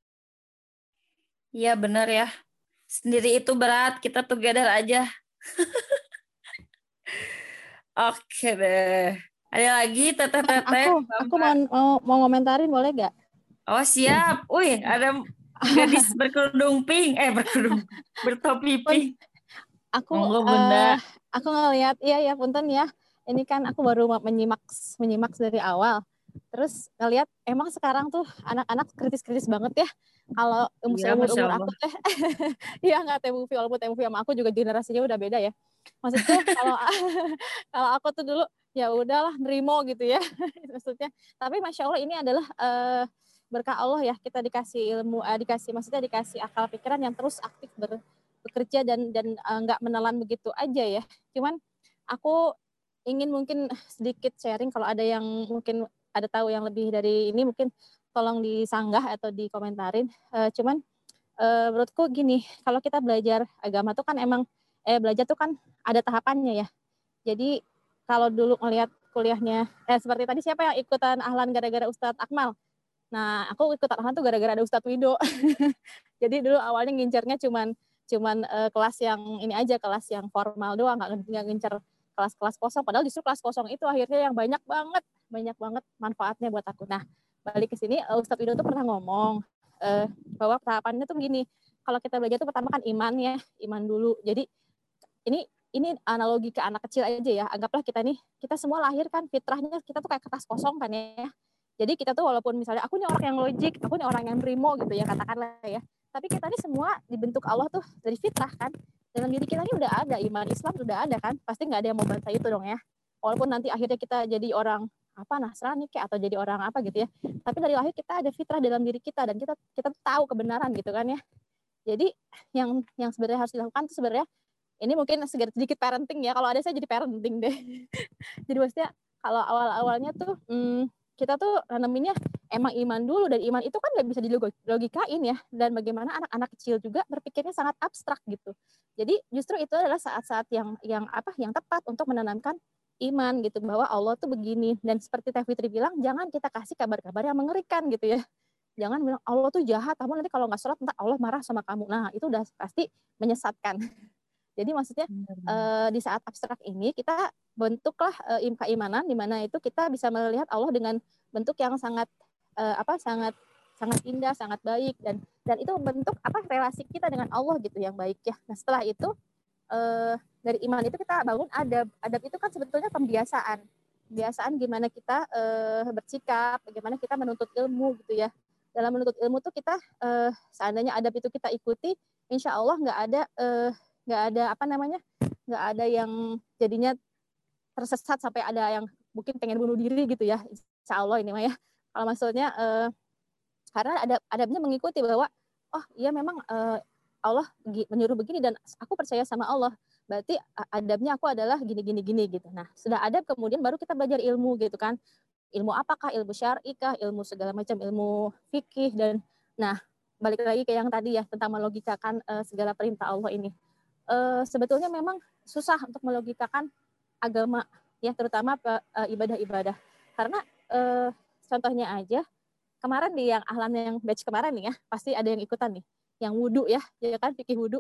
Iya benar ya. Sendiri itu berat, kita together aja. Oke deh. Ada lagi teteh-teteh? Aku, aku mau, mau mau ngomentarin boleh gak? Oh siap. Wih, ada gadis berkerudung pink, eh berkerudung bertopi pink. Aku, Monggo, uh, Bunda. aku ngelihat, iya ya punten ya. Ini kan aku baru menyimak menyimak dari awal. Terus ngelihat emang sekarang tuh anak-anak kritis-kritis banget ya. Kalau um, Iya, seumur-umur aku teh, iya nggak teh movie, walaupun teh movie sama aku juga generasinya udah beda ya. Maksudku kalau kalau aku tuh dulu ya udahlah nerimo gitu ya maksudnya. Tapi masya Allah ini adalah uh, berkah Allah ya kita dikasih ilmu, uh, dikasih maksudnya dikasih akal pikiran yang terus aktif ber, bekerja dan dan nggak uh, menelan begitu aja ya. Cuman aku ingin mungkin sedikit sharing kalau ada yang mungkin ada tahu yang lebih dari ini mungkin tolong disanggah atau dikomentarin. Uh, cuman uh, menurutku gini, kalau kita belajar agama tuh kan emang eh belajar tuh kan ada tahapannya ya. Jadi kalau dulu ngelihat kuliahnya eh seperti tadi siapa yang ikutan Ahlan gara-gara Ustadz Akmal? Nah, aku ikut Ahlan tuh gara-gara ada Ustadz Wido. Jadi dulu awalnya ngincernya cuman cuman uh, kelas yang ini aja, kelas yang formal doang, nggak ngincer kelas-kelas kosong. Padahal justru kelas kosong itu akhirnya yang banyak banget, banyak banget manfaatnya buat aku. Nah, balik ke sini, uh, Ustadz Wido tuh pernah ngomong uh, bahwa tahapannya tuh begini. Kalau kita belajar tuh pertama kan iman ya, iman dulu. Jadi ini ini analogi ke anak kecil aja ya. Anggaplah kita nih, kita semua lahir kan fitrahnya kita tuh kayak kertas kosong kan ya. Jadi kita tuh walaupun misalnya aku nih orang yang logik, aku nih orang yang primo gitu ya katakanlah ya. Tapi kita ini semua dibentuk Allah tuh dari fitrah kan. Dalam diri kita ini udah ada iman Islam, udah ada kan. Pasti nggak ada yang mau bantah itu dong ya. Walaupun nanti akhirnya kita jadi orang apa Nasrani kayak atau jadi orang apa gitu ya. Tapi dari lahir kita ada fitrah dalam diri kita dan kita kita tahu kebenaran gitu kan ya. Jadi yang yang sebenarnya harus dilakukan itu sebenarnya ini mungkin sedikit parenting ya. Kalau ada saya jadi parenting deh. Jadi maksudnya kalau awal-awalnya tuh hmm, kita tuh naneminnya emang iman dulu, dan iman itu kan nggak bisa dilogikain ya. Dan bagaimana anak-anak kecil juga berpikirnya sangat abstrak gitu. Jadi justru itu adalah saat-saat yang yang apa yang tepat untuk menanamkan iman gitu, bahwa Allah tuh begini. Dan seperti Teh Fitri bilang, jangan kita kasih kabar-kabar yang mengerikan gitu ya. Jangan bilang Allah tuh jahat, kamu nanti kalau nggak sholat ntar Allah marah sama kamu. Nah itu udah pasti menyesatkan. Jadi maksudnya uh, di saat abstrak ini kita bentuklah uh, keimanan di mana itu kita bisa melihat Allah dengan bentuk yang sangat uh, apa sangat sangat indah, sangat baik, dan dan itu bentuk apa relasi kita dengan Allah gitu yang baik ya. Nah setelah itu uh, dari iman itu kita bangun adab. Adab itu kan sebetulnya pembiasaan. Pembiasaan gimana kita uh, bersikap, bagaimana kita menuntut ilmu gitu ya. Dalam menuntut ilmu tuh kita uh, seandainya adab itu kita ikuti, insya Allah nggak ada uh, nggak ada apa namanya nggak ada yang jadinya tersesat sampai ada yang mungkin pengen bunuh diri gitu ya, insya Allah ini mah ya. Kalau maksudnya eh, karena ada adabnya mengikuti bahwa oh iya memang eh, Allah menyuruh begini dan aku percaya sama Allah, berarti adabnya aku adalah gini gini gini gitu. Nah sudah adab kemudian baru kita belajar ilmu gitu kan, ilmu apakah, ilmu syar'i kah, ilmu segala macam, ilmu fikih. Dan nah balik lagi ke yang tadi ya tentang melogikakan eh, segala perintah Allah ini. Uh, sebetulnya memang susah untuk melogikakan agama ya, terutama uh, ibadah-ibadah, karena uh, contohnya aja kemarin di yang ahlan yang batch kemarin nih ya, pasti ada yang ikutan nih yang wudhu ya, ya kan fikih wudhu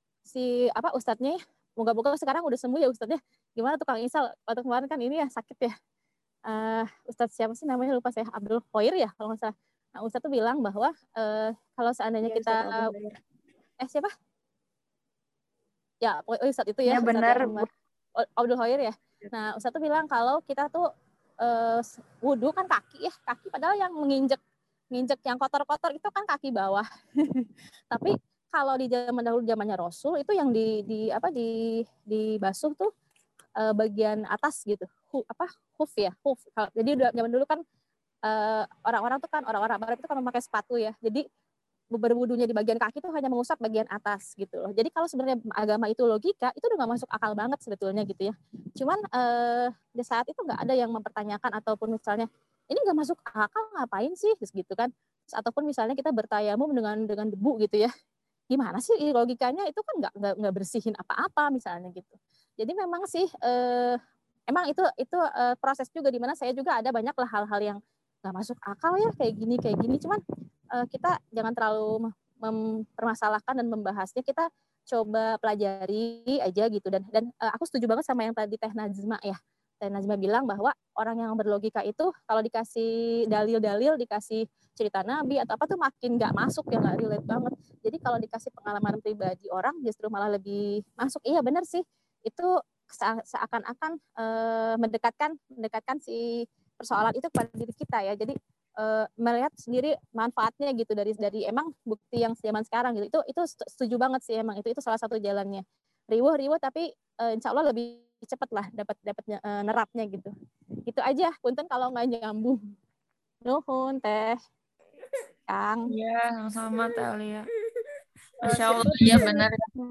si apa ustadznya ya, moga-moga sekarang udah sembuh ya ustadznya. Gimana tuh Kang Isal waktu kemarin kan ini ya sakit ya, uh, ustadz siapa sih namanya lupa saya, Abdul Khair ya kalau nggak salah. Nah ustadz tuh bilang bahwa uh, kalau seandainya ya, kita uh, eh siapa ya Ustadz itu ya, ya benar Abdul Khair ya. Nah Ustadz tuh bilang kalau kita tuh uh, wudhu kan kaki ya, kaki padahal yang menginjek menginjek yang kotor-kotor itu kan kaki bawah. Tapi kalau di zaman dahulu zamannya Rasul itu yang di, di apa di dibasuh tuh uh, bagian atas gitu, Hu, apa huf ya huf. Jadi zaman dulu kan uh, orang-orang tuh kan orang-orang Arab itu kan memakai sepatu ya, jadi berwudunya di bagian kaki itu hanya mengusap bagian atas gitu loh. Jadi kalau sebenarnya agama itu logika, itu udah gak masuk akal banget sebetulnya gitu ya. Cuman eh, di saat itu nggak ada yang mempertanyakan ataupun misalnya ini nggak masuk akal ngapain sih gitu kan. Ataupun misalnya kita bertayamum dengan dengan debu gitu ya. Gimana sih logikanya, itu kan nggak nggak nggak bersihin apa-apa misalnya gitu. Jadi memang sih eh, emang itu itu eh, proses juga di mana saya juga ada banyak lah hal-hal yang nggak masuk akal ya kayak gini kayak gini. Cuman kita jangan terlalu mempermasalahkan dan membahasnya, kita coba pelajari aja gitu. Dan dan aku setuju banget sama yang tadi Teh Najma ya. Teh Najma bilang bahwa orang yang berlogika itu kalau dikasih dalil-dalil, dikasih cerita Nabi atau apa tuh makin nggak masuk ya, nggak relate banget. Jadi kalau dikasih pengalaman pribadi orang justru malah lebih masuk. Iya benar sih, itu seakan-akan eh, mendekatkan mendekatkan si persoalan itu kepada diri kita ya. Jadi Uh, melihat sendiri manfaatnya gitu dari dari emang bukti yang zaman sekarang gitu. Itu itu setuju banget sih, emang itu itu salah satu jalannya. Riwuh-riwuh tapi uh, insya Allah lebih cepat lah dapat dapatnya uh, nerapnya gitu. Itu aja. Punten kalau nggak nyambung. Nuhun Teh Kang. Iya, sama Teh Alia. Masya Allah, iya benar.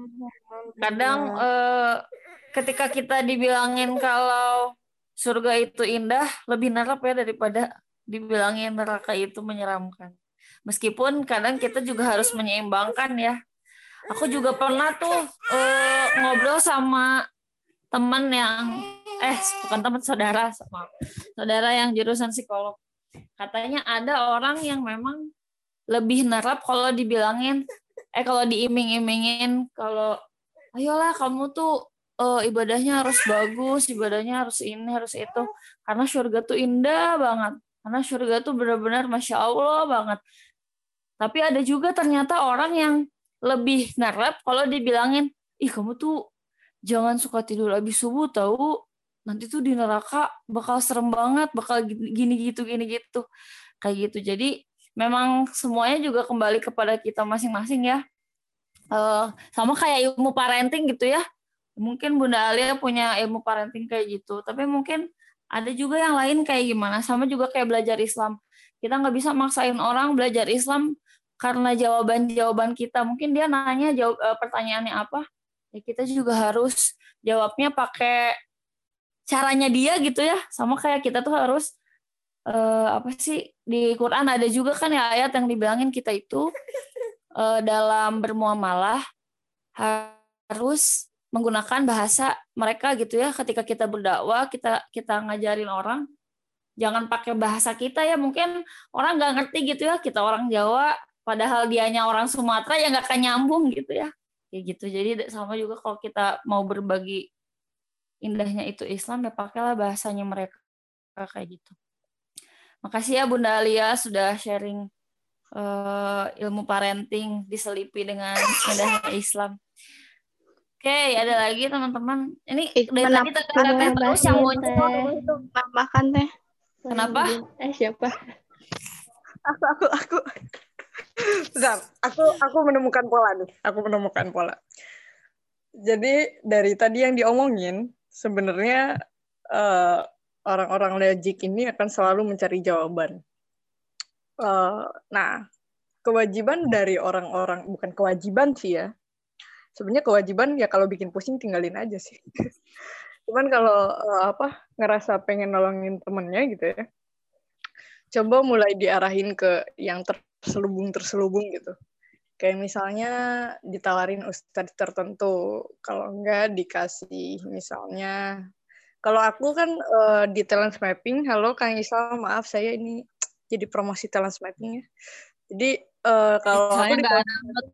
Kadang uh, ketika kita dibilangin kalau surga itu indah, lebih nerap ya daripada dibilangin neraka itu menyeramkan. Meskipun kadang kita juga harus menyeimbangkan ya. Aku juga pernah tuh uh, ngobrol sama teman yang eh bukan teman saudara sama saudara yang jurusan psikolog. Katanya ada orang yang memang lebih nerap kalau dibilangin eh kalau diiming-imingin kalau ayolah kamu tuh uh, ibadahnya harus bagus, ibadahnya harus ini harus itu, karena surga tuh indah banget. Karena surga tuh benar-benar Masya Allah banget. Tapi ada juga ternyata orang yang lebih nerap kalau dibilangin, ih kamu tuh jangan suka tidur habis subuh tahu, nanti tuh di neraka bakal serem banget, bakal gini gitu, gini gitu. Kayak gitu. Jadi memang semuanya juga kembali kepada kita masing-masing ya. Uh, sama kayak ilmu parenting gitu ya. Mungkin Bunda Alia punya ilmu parenting kayak gitu, tapi mungkin ada juga yang lain kayak gimana. Sama juga kayak belajar Islam. Kita nggak bisa maksain orang belajar Islam karena jawaban-jawaban kita. Mungkin dia nanya jawab uh, pertanyaannya apa, ya kita juga harus jawabnya pakai caranya dia gitu ya. Sama kayak kita tuh harus uh, apa sih, di Quran ada juga kan ya ayat yang dibilangin kita itu uh, dalam bermuamalah harus menggunakan bahasa mereka gitu ya. Ketika kita berdakwah, kita kita ngajarin orang, jangan pakai bahasa kita ya. Mungkin orang nggak ngerti gitu ya, kita orang Jawa, padahal dianya orang Sumatera, ya nggak akan nyambung gitu ya. Kayak gitu. Jadi sama juga kalau kita mau berbagi indahnya itu Islam, ya pakailah bahasanya mereka kayak gitu. Makasih ya Bunda Alia sudah sharing uh, ilmu parenting diselipi dengan indahnya Islam. Oke, okay, ada lagi teman-teman. Ini eh, dari tadi teh terus yang muncul itu makan teh. Kenapa? Eh siapa? Aku aku aku. Bentar, aku aku menemukan pola nih. Aku menemukan pola. Jadi dari tadi yang diomongin, sebenarnya uh, orang-orang logik ini akan selalu mencari jawaban. Uh, nah, kewajiban dari orang-orang, bukan kewajiban sih ya. Sebenarnya kewajiban ya kalau bikin pusing tinggalin aja sih. Cuman kalau uh, apa ngerasa pengen nolongin temennya gitu ya, coba mulai diarahin ke yang terselubung-terselubung gitu. Kayak misalnya ditawarin ustadz tertentu, kalau enggak dikasih misalnya. Kalau aku kan uh, di talent mapping, halo Kang Isal, maaf saya ini jadi promosi talent mapping ya. Jadi uh, kalau aku di talent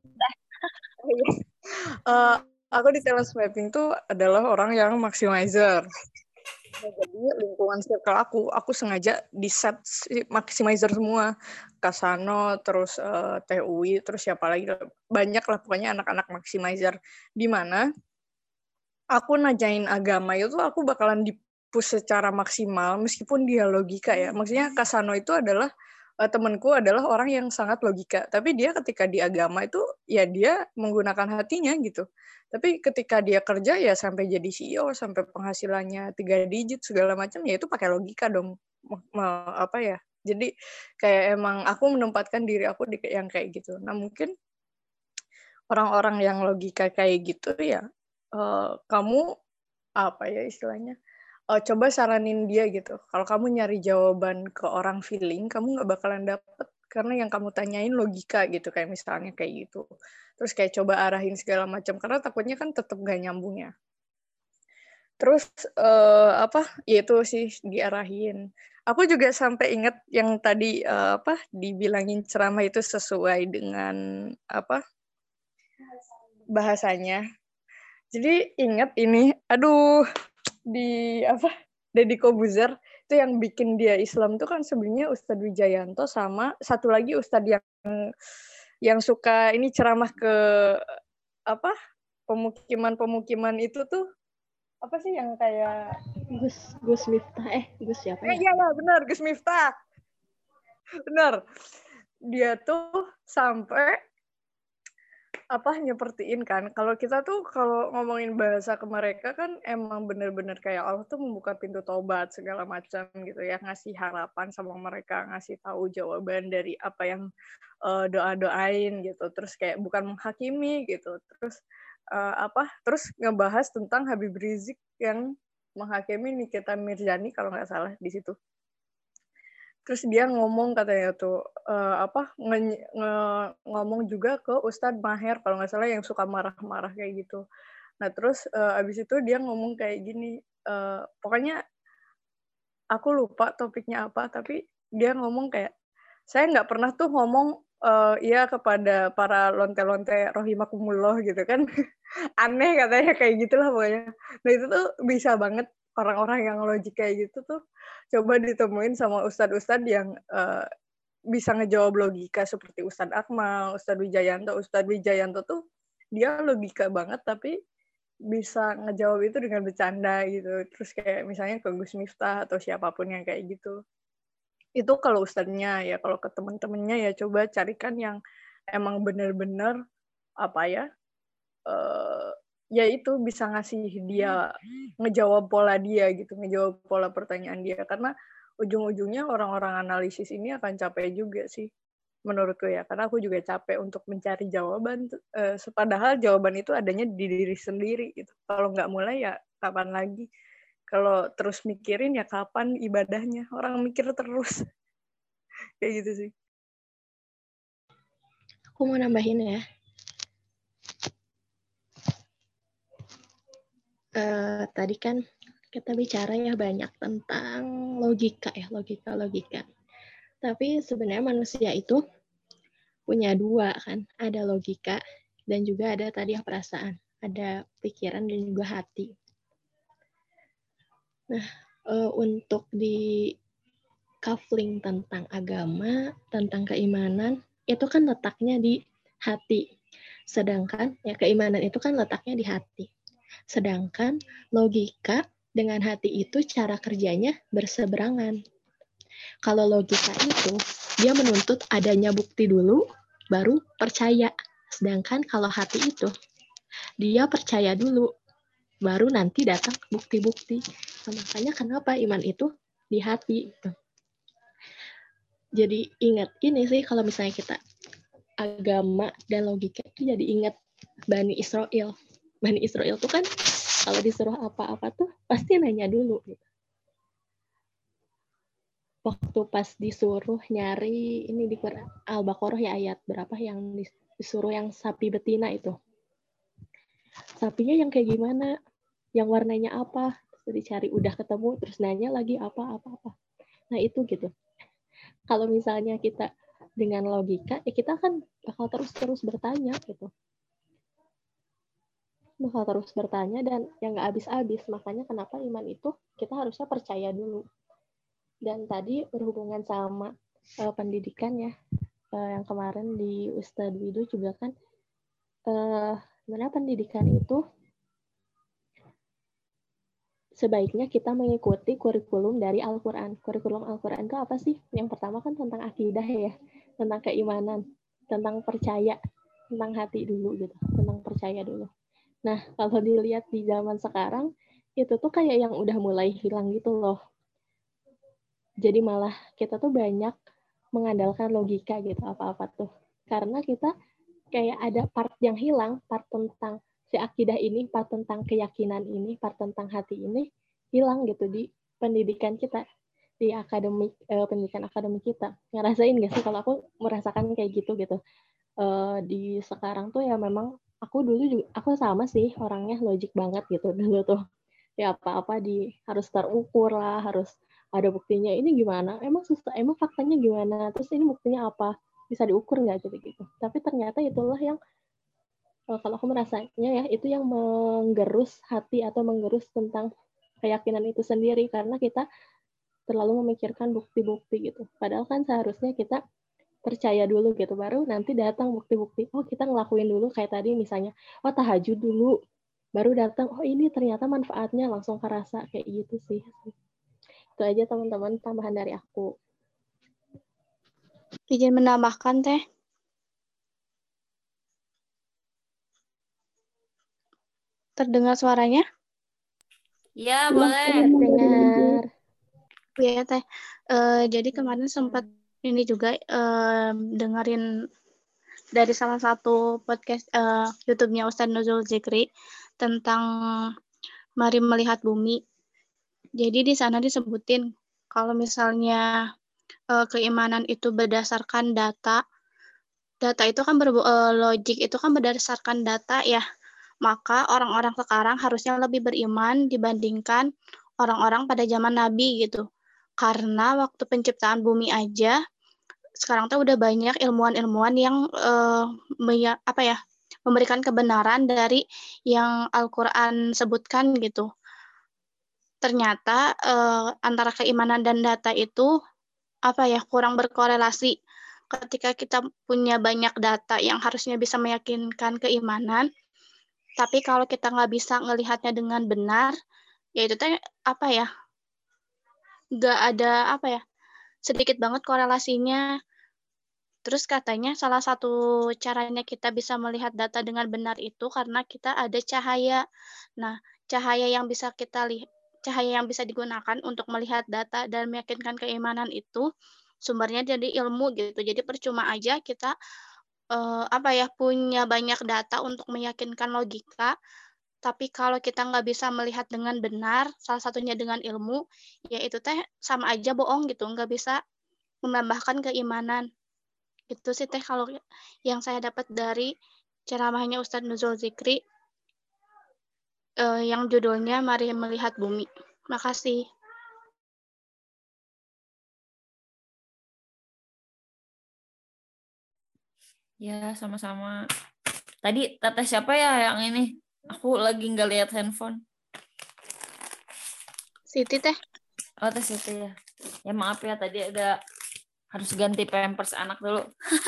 uh, aku di talent mapping tuh adalah orang yang maximizer. Nah, jadi lingkungan circle aku, aku sengaja di set maximizer semua. Kasano, terus uh, T U I, terus siapa lagi, banyak lah pokoknya anak-anak maximizer. Di mana aku najain agama itu aku bakalan di-push secara maksimal meskipun dia logika ya. Maksudnya Kasano itu adalah uh, temanku adalah orang yang sangat logika, tapi dia ketika di agama itu ya dia menggunakan hatinya gitu. Tapi ketika dia kerja ya sampai jadi C E O, sampai penghasilannya tiga digit segala macam, ya itu pakai logika dong. Apa ya? Jadi kayak emang aku menempatkan diri aku di yang kayak gitu. Nah mungkin orang-orang yang logika kayak gitu ya, uh, kamu apa ya istilahnya? Uh, coba saranin dia gitu. Kalau kamu nyari jawaban ke orang feeling, kamu nggak bakalan dapet karena yang kamu tanyain logika gitu, kayak misalnya kayak gitu. Terus kayak coba arahin segala macam karena takutnya kan tetap gak nyambung ya. Terus uh, apa? Ya itu sih diarahin. Aku juga sampai ingat yang tadi uh, apa dibilangin ceramah itu sesuai dengan apa bahasanya. Jadi ingat ini, aduh di apa Deddy Kobuzer itu yang bikin dia Islam tuh kan sebenarnya Ustadz Wijayanto sama satu lagi Ustadz yang yang suka ini ceramah ke apa pemukiman-pemukiman itu tuh apa sih yang kayak Gus Gus Miftah eh Gus siapa ya? Eh, iya lah benar Gus Miftah. Benar. Dia tuh sampai apa nyepertiin kan kalau kita tuh kalau ngomongin bahasa ke mereka kan emang bener-bener kayak Allah tuh membuka pintu taubat segala macam gitu ya, ngasih harapan sama mereka, ngasih tahu jawaban dari apa yang uh, doa-doain gitu, terus kayak bukan menghakimi gitu, terus uh, apa terus ngebahas tentang Habib Rizik yang menghakimi Nikita Mirzani kalau nggak salah di situ. Terus dia ngomong katanya tuh uh, apa nge, nge, ngomong juga ke Ustadz Maher kalau nggak salah yang suka marah-marah kayak gitu. Nah terus uh, abis itu dia ngomong kayak gini, uh, pokoknya aku lupa topiknya apa, tapi dia ngomong kayak saya nggak pernah tuh ngomong uh, iya kepada para lonte-lonte rohimakumullah gitu kan. Aneh katanya kayak gitulah pokoknya. Nah itu tuh bisa banget orang-orang yang logik kayak gitu tuh coba ditemuin sama ustadz-ustadz yang uh, bisa ngejawab logika seperti Ustadz Akmal, Ustadz Wijayanto. Ustadz Wijayanto tuh dia logika banget tapi bisa ngejawab itu dengan bercanda gitu. Terus kayak misalnya ke Gus Miftah atau siapapun yang kayak gitu. Itu kalau ustadznya ya, kalau ke teman-temannya ya coba carikan yang emang benar-benar apa ya, uh, ya itu bisa ngasih dia, ngejawab pola dia gitu, ngejawab pola pertanyaan dia. Karena ujung-ujungnya orang-orang analisis ini akan capek juga sih, menurutku ya. Karena aku juga capek untuk mencari jawaban, uh, padahal jawaban itu adanya di diri sendiri gitu. Kalau nggak mulai ya kapan lagi? Kalau terus mikirin ya kapan ibadahnya? Orang mikir terus. Kayak gitu sih. Aku mau nambahin ya. Uh, tadi kan kita bicara ya banyak tentang logika ya, logika-logika. Tapi sebenarnya manusia itu punya dua kan, ada logika dan juga ada tadi ya perasaan, ada pikiran dan juga hati. Nah, uh, untuk di coupling tentang agama, tentang keimanan, itu kan letaknya di hati. Sedangkan ya keimanan itu kan letaknya di hati. Sedangkan logika dengan hati itu cara kerjanya berseberangan. Kalau logika itu, dia menuntut adanya bukti dulu, baru percaya. Sedangkan kalau hati itu, dia percaya dulu, baru nanti datang bukti-bukti. Nah, makanya kenapa iman itu di hati. Jadi ingat ini sih, kalau misalnya kita agama dan logika itu jadi ingat Bani Israel. Bani Israel tuh kan kalau disuruh apa-apa tuh pasti nanya dulu. Waktu pas disuruh nyari ini di Quran Al-Baqarah ya ayat berapa yang disuruh yang sapi betina itu. Sapinya yang kayak gimana? Yang warnanya apa? Terus dicari udah ketemu terus nanya lagi apa-apa-apa. Nah itu gitu. Kalau misalnya kita dengan logika, ya kita kan bakal terus-terus bertanya gitu. Bakal terus bertanya dan yang nggak habis-habis. Makanya kenapa iman itu kita harusnya percaya dulu. Dan tadi berhubungan sama uh, pendidikan ya, uh, yang kemarin di Ustadz Widu juga kan, uh, sebenarnya pendidikan itu sebaiknya kita mengikuti kurikulum dari Al-Quran. Kurikulum Al-Quran itu apa sih? Yang pertama kan tentang akidah ya, tentang keimanan, tentang percaya, tentang hati dulu gitu, tentang percaya dulu. Nah, kalau dilihat di zaman sekarang, itu tuh kayak yang udah mulai hilang gitu loh. Jadi malah kita tuh banyak mengandalkan logika gitu, apa-apa tuh. Karena kita kayak ada part yang hilang, part tentang si akidah ini, part tentang keyakinan ini, part tentang hati ini, hilang gitu di pendidikan kita, di akademik, eh, pendidikan akademik kita. Ngerasain gak sih kalau aku merasakan kayak gitu gitu. Eh, di sekarang tuh ya memang, aku dulu juga, aku sama sih orangnya logik banget gitu dulu tuh. Ya apa-apa di harus terukur lah, harus ada buktinya ini gimana, emang susah, emang faktanya gimana, terus ini buktinya apa, bisa diukur nggak gitu-gitu. Tapi ternyata itulah yang, kalau aku merasanya ya, itu yang menggerus hati atau menggerus tentang keyakinan itu sendiri, karena kita terlalu memikirkan bukti-bukti gitu. Padahal kan seharusnya kita percaya dulu gitu, baru nanti datang bukti-bukti. Oh kita ngelakuin dulu, kayak tadi misalnya, oh tahajud dulu, baru datang, oh ini ternyata manfaatnya langsung kerasa, kayak gitu sih. Itu aja teman-teman tambahan dari aku. Izin menambahkan Teh. Terdengar suaranya? Ya, boleh. Terdengar. Iya Teh. Uh, jadi kemarin sempat ini juga uh, dengerin dari salah satu podcast uh, YouTube-nya Ustadz Nuzul Zikri tentang Mari Melihat Bumi. Jadi di sana disebutin kalau misalnya uh, keimanan itu berdasarkan data, data itu kan ber, uh, logik itu kan berdasarkan data ya, maka orang-orang sekarang harusnya lebih beriman dibandingkan orang-orang pada zaman Nabi gitu. Karena waktu penciptaan bumi aja, sekarang tuh udah banyak ilmuwan-ilmuwan yang uh, me- apa ya, memberikan kebenaran dari yang Al-Quran sebutkan gitu. Ternyata eh, antara keimanan dan data itu apa ya, kurang berkorelasi. Ketika kita punya banyak data yang harusnya bisa meyakinkan keimanan, tapi kalau kita nggak bisa ngelihatnya dengan benar, ya itu teh apa ya, nggak ada apa ya, sedikit banget korelasinya. Terus katanya salah satu caranya kita bisa melihat data dengan benar itu karena kita ada cahaya. Nah, cahaya yang bisa kita lihat, cahaya yang bisa digunakan untuk melihat data dan meyakinkan keimanan itu sumbernya dari ilmu gitu. Jadi percuma aja kita eh, apa ya punya banyak data untuk meyakinkan logika, tapi kalau kita nggak bisa melihat dengan benar, salah satunya dengan ilmu, ya itu teh sama aja bohong gitu, nggak bisa menambahkan keimanan. Itu sih teh kalau yang saya dapat dari ceramahnya Ustadz Nuzul Zikri eh, yang judulnya Mari Melihat Bumi. Makasih. Ya, sama-sama. Tadi teteh siapa ya yang ini? Aku lagi nggak lihat handphone. Siti teh. Oh, teh Siti ya. Ya maaf ya, tadi ada harus ganti pampers anak dulu.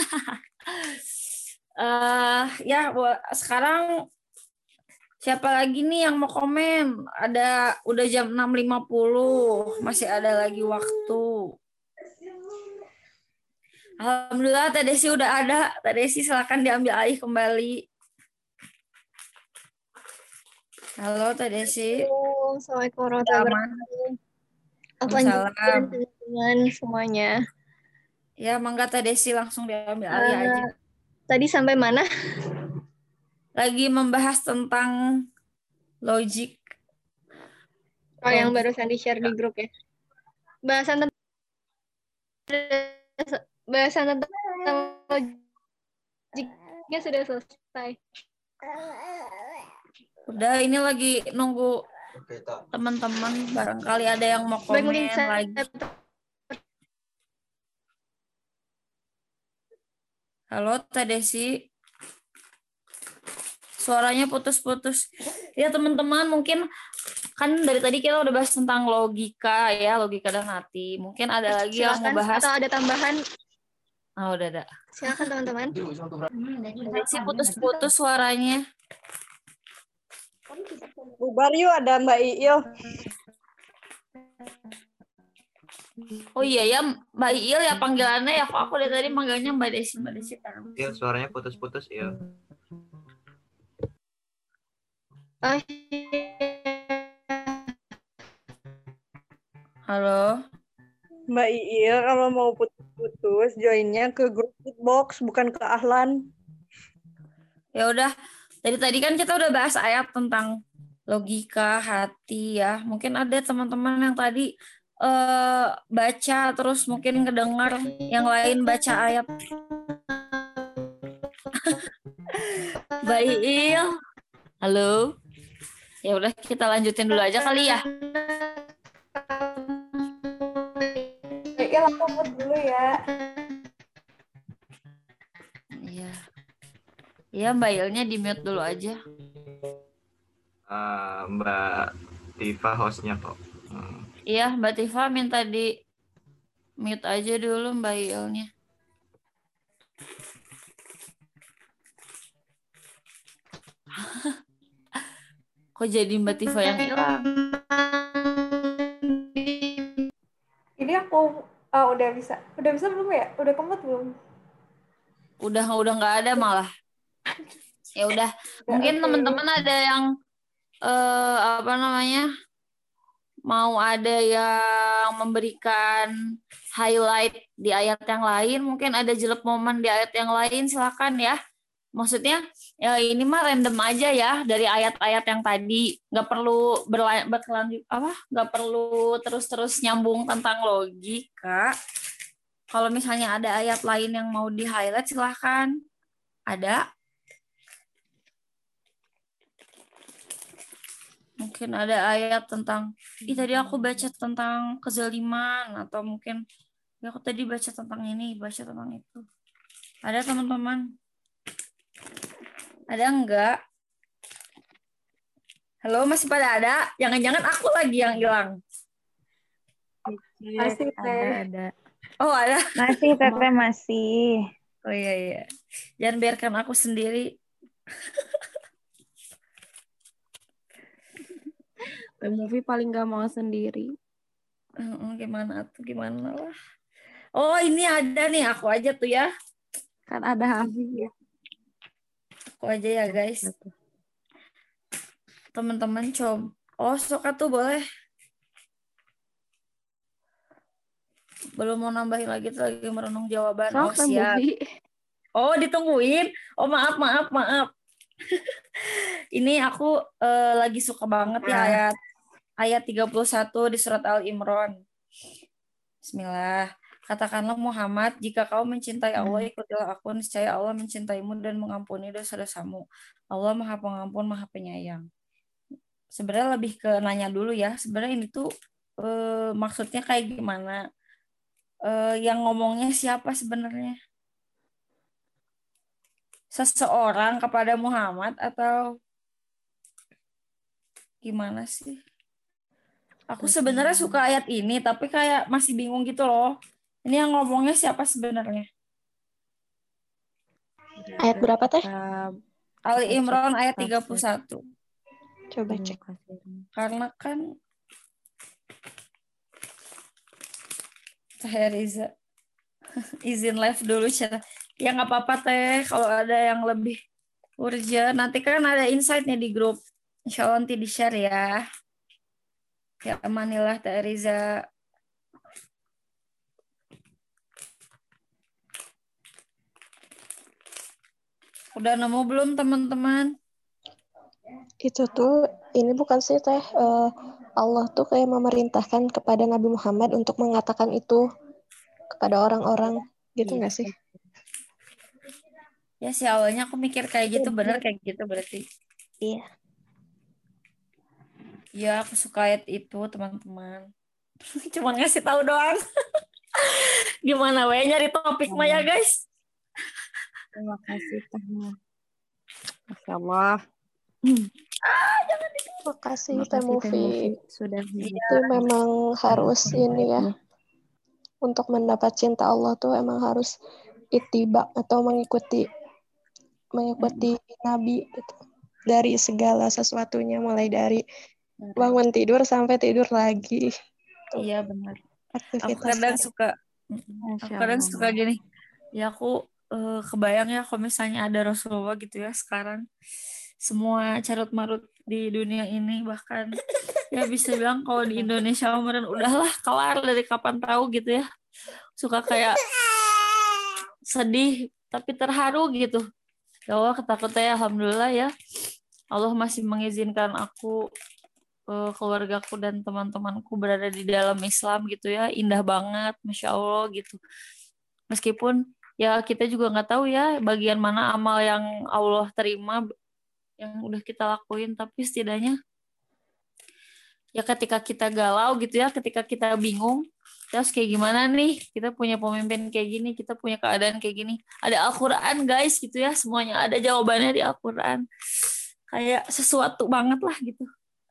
uh, ya, sekarang siapa lagi nih yang mau komen? Ada udah jam enam lima puluh, masih ada lagi waktu. Alhamdulillah Teh Desi udah ada. Teh Desi silakan diambil alih kembali. Halo Teh Desi. Assalamualaikum warahmatullahi wabarakatuh. Waalaikumsalam. Teman-teman semuanya. Ya, mangga Teh Desi langsung diambil alih Uh, aja. Tadi sampai mana? Lagi membahas tentang logik. Oh, yang barusan di-share di grup ya. Bahasan tentang bahasan tentang logiknya sudah selesai. Udah, ini lagi nunggu teman-teman, barangkali ada yang mau komen Baik, lagi. Halo Teh Desi. Suaranya putus-putus. Ya teman-teman, mungkin kan dari tadi kita udah bahas tentang logika ya, logika dan hati. Mungkin ada lagi Silakan, yang mau bahas. atau ada tambahan? Oh, udah ada. Silakan teman-teman. Desi putus-putus suaranya. Bubar yuk, ada Mbak Iil. Oh iya ya, Mbak Iil ya panggilannya ya. Kok aku dari tadi manggilnya Mbak Desi, Mbak Desi. Iya, suaranya putus-putus, iya. Oh. Halo. Mbak Iil, kalau mau putus-putus, joinnya ke grup Hitbox, bukan ke Ahlan. Ya udah, dari tadi kan kita udah bahas ayat tentang logika, hati ya. Mungkin ada teman-teman yang tadi eh, baca terus mungkin ngedengar yang lain baca ayat. Mbak Iil. Halo. Ya udah kita lanjutin dulu aja kali ya. Ya, aku mute dulu ya. Iya. Iya, Mbak Ilnya di mute dulu aja. Uh, Mbak Tifa hostnya kok. Hmm. Iya, Mbak Tifa minta di mute aja dulu Mbak Ilnya. Kok jadi Mbak Tifa yang hilang? Ini aku oh, udah bisa. Udah bisa belum ya? Udah kemut belum? Udah udah nggak ada malah. Ya udah, mungkin okay. teman-teman ada yang eh, apa namanya? Mau ada yang memberikan highlight di ayat yang lain, mungkin ada jelek momen di ayat yang lain, silakan ya. Maksudnya ya ini mah random aja ya dari ayat-ayat yang tadi, nggak perlu berla- berkelanjut apa, nggak perlu terus-terus nyambung tentang logika. Kalau misalnya ada ayat lain yang mau di highlight silahkan. Ada? Mungkin ada ayat tentang, ih tadi aku baca tentang kezaliman, atau mungkin ya aku tadi baca tentang ini, baca tentang itu. Ada teman-teman? Ada enggak? Halo, masih pada ada? Jangan-jangan aku lagi yang hilang. Masih, ada, ada. Oh, ada. Masih, Teteh, masih. Oh iya, iya. Jangan biarkan aku sendiri. Movie paling gak mau sendiri. Uh, gimana tuh, gimana lah. Oh, ini ada nih, aku aja tuh ya. Kan ada Hafiz ya. Aku aja ya, guys. Teman-teman coba. Oh, Soka tuh boleh. Belum mau nambahin lagi, tuh lagi merenung jawaban. Sok, Oh, siap. Bubi. Oh, ditungguin. Oh, maaf, maaf, maaf. Ini aku eh, lagi suka banget ya Nah. ayat ayat tiga puluh satu di surat Al-Imran. Bismillah. Katakanlah Muhammad, jika kau mencintai Allah, ikutilah aku, niscaya Allah mencintaimu dan mengampuni dosa-dosamu. Allah Maha Pengampun, Maha Penyayang. Sebenarnya lebih ke nanya dulu ya. Sebenarnya ini tuh eh, maksudnya kayak gimana? Eh, yang ngomongnya siapa sebenarnya? Seseorang kepada Muhammad atau gimana sih? Aku sebenarnya suka ayat ini, tapi kayak masih bingung gitu loh. Ini yang ngomongnya siapa sebenarnya? Ayat berapa teh? Ali Imran ayat tiga puluh satu. Coba cek. Karena kan Teh Riza izin live dulu, Cah. Ya nggak apa-apa Teh, kalau ada yang lebih urgent. Nanti kan ada insight-nya di grup. Insya Allah nanti di-share ya. Ya amanilah Teh Riza. Udah nemu belum teman-teman? Itu tuh, ini bukan sih teh, uh, Allah tuh kayak memerintahkan kepada Nabi Muhammad untuk mengatakan itu kepada orang-orang, gitu nggak sih? Ya sih awalnya aku mikir kayak gitu, bener kayak gitu berarti. Iya. Ya aku suka ayat itu teman-teman. Cuman ngasih tahu doang. Gimana we nyari topik mah ya guys. Terima kasih Teh. Masya Allah. Ah, jangan Terima kasih Terima Teh kasih Teh Mufi. Mufi sudah Itu memang harus ini ya. Untuk mendapat cinta Allah tuh emang harus ittiba atau mengikuti mengikuti Nabi gitu. Dari segala sesuatunya, mulai dari bangun tidur sampai tidur lagi. Tuh. Iya benar. Aku Aktivitas kadang hari. suka, aku kadang suka gini. Ya aku uh, kebayang ya kalau misalnya ada Rasulullah gitu ya sekarang. Semua carut marut di dunia ini, bahkan ya bisa bilang kalau di Indonesia kemarin udahlah kelar dari kapan tahu gitu ya. Suka kayak sedih tapi terharu gitu. Ya Allah, ketakutan, alhamdulillah ya. Allah masih mengizinkan aku, uh, keluargaku dan teman-temanku berada di dalam Islam gitu ya. Indah banget, Masya Allah gitu. Meskipun ya kita juga nggak tahu ya bagian mana amal yang Allah terima yang udah kita lakuin, tapi setidaknya ya ketika kita galau gitu ya, ketika kita bingung, terus kayak gimana nih, kita punya pemimpin kayak gini, kita punya keadaan kayak gini, ada Al-Quran guys gitu ya, semuanya ada jawabannya di Al-Quran, kayak sesuatu banget lah gitu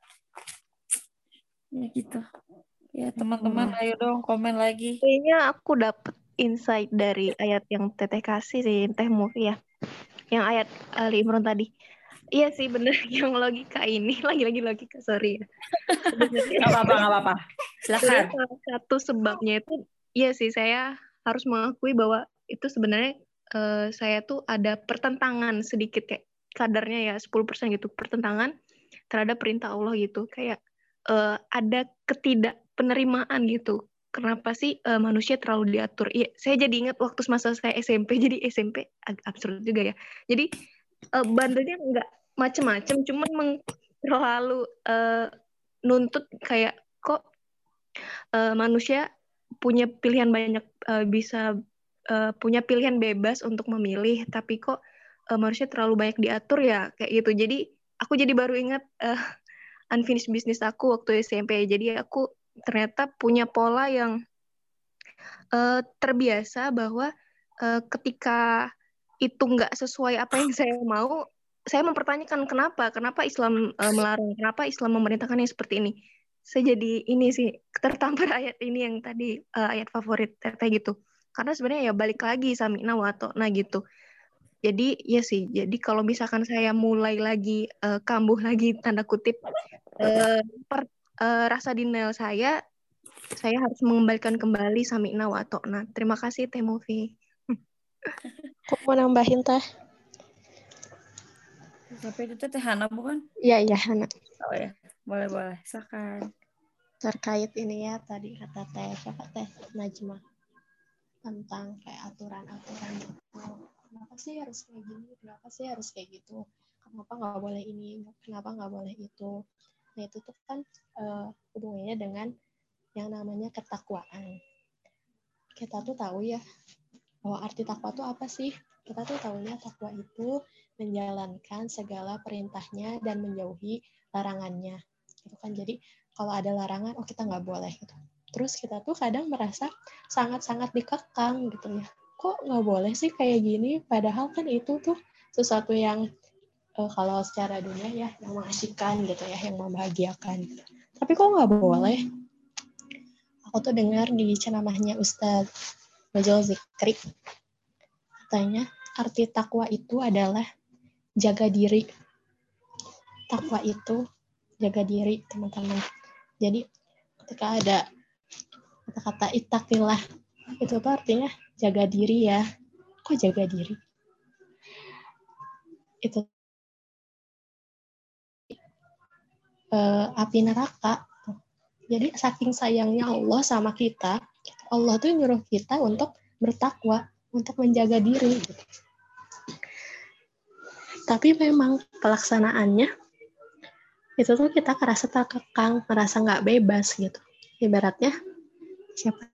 ya gitu ya. Teman-teman hmm. ayo dong komen lagi. Kayaknya aku dapet insight dari ayat yang Teteh kasih sih, Teh Mufi ya, yang ayat Ali Imran tadi. Iya sih bener, yang logika ini lagi-lagi logika, sorry ya. Nggak apa-apa, nggak apa-apa. Silakan. Salah satu sebabnya itu, iya sih saya harus mengakui bahwa itu sebenarnya uh, saya tuh ada pertentangan sedikit kayak kadarnya ya sepuluh persen gitu, pertentangan terhadap perintah Allah gitu, kayak uh, ada ketidakpenerimaan gitu. Kenapa sih uh, manusia terlalu diatur? Iya, saya jadi ingat waktu masa saya S M P, jadi S M P agak absurd juga ya. Jadi uh, bandelnya nggak macem-macem, cuman meng- terlalu uh, nuntut kayak kok uh, manusia punya pilihan banyak, uh, bisa uh, punya pilihan bebas untuk memilih, tapi kok uh, manusia terlalu banyak diatur ya kayak gitu. Jadi aku jadi baru ingat uh, unfinished business aku waktu S M P. Jadi aku ternyata punya pola yang uh, terbiasa bahwa uh, ketika itu nggak sesuai apa yang saya mau, saya mempertanyakan kenapa, kenapa Islam uh, melarang, kenapa Islam memerintahkannya seperti ini. Saya jadi ini sih tertampar ayat ini yang tadi uh, ayat favorit Teteh gitu. Karena sebenarnya ya balik lagi sami'na wa ata'na gitu. Jadi ya sih, jadi kalau misalkan saya mulai lagi uh, kambuh lagi tanda kutip uh, per, uh, rasa denial saya, saya harus mengembalikan kembali sami'na wa ata'na. Terima kasih Teh Mufi. Kok mau nambahin Teh? Sampai itu Teh Hana bukan? Iya, iya Hana. Oh ya, boleh-boleh. Silakan. Terkait ini ya tadi kata Teh siapa Teh Najma tentang kayak aturan-aturan gitu. Kenapa sih harus kayak gini? Kenapa sih harus kayak gitu? Kenapa nggak boleh ini? Kenapa nggak boleh itu? Nah itu tuh kan uh, hubungannya dengan yang namanya ketakwaan. Kita tuh tahu ya bahwa arti takwa itu apa sih? Kita tuh tahunya takwa itu menjalankan segala perintahnya dan menjauhi larangannya. Gitu kan. Jadi kalau ada larangan, oh kita nggak boleh gitu. Terus kita tuh kadang merasa sangat-sangat dikekang gitu ya. Kok nggak boleh sih kayak gini? Padahal kan itu tuh sesuatu yang uh, kalau secara dunia ya yang mengasihkan gitu ya, yang membahagiakan. Gitu. Tapi kok nggak boleh? Aku tuh dengar di ceramahnya Ustadz Nuzul Zikri, katanya arti takwa itu adalah jaga diri. Takwa itu jaga diri, teman-teman. Jadi ketika ada kata-kata ittaqillah, itu tuh artinya jaga diri ya. Kok jaga diri? Itu uh, api neraka. Jadi saking sayangnya Allah sama kita, Allah tuh nyuruh kita untuk bertakwa, untuk menjaga diri. Gitu. Tapi memang pelaksanaannya itu tuh kita merasa terkekang, merasa nggak bebas gitu. Ibaratnya siapa?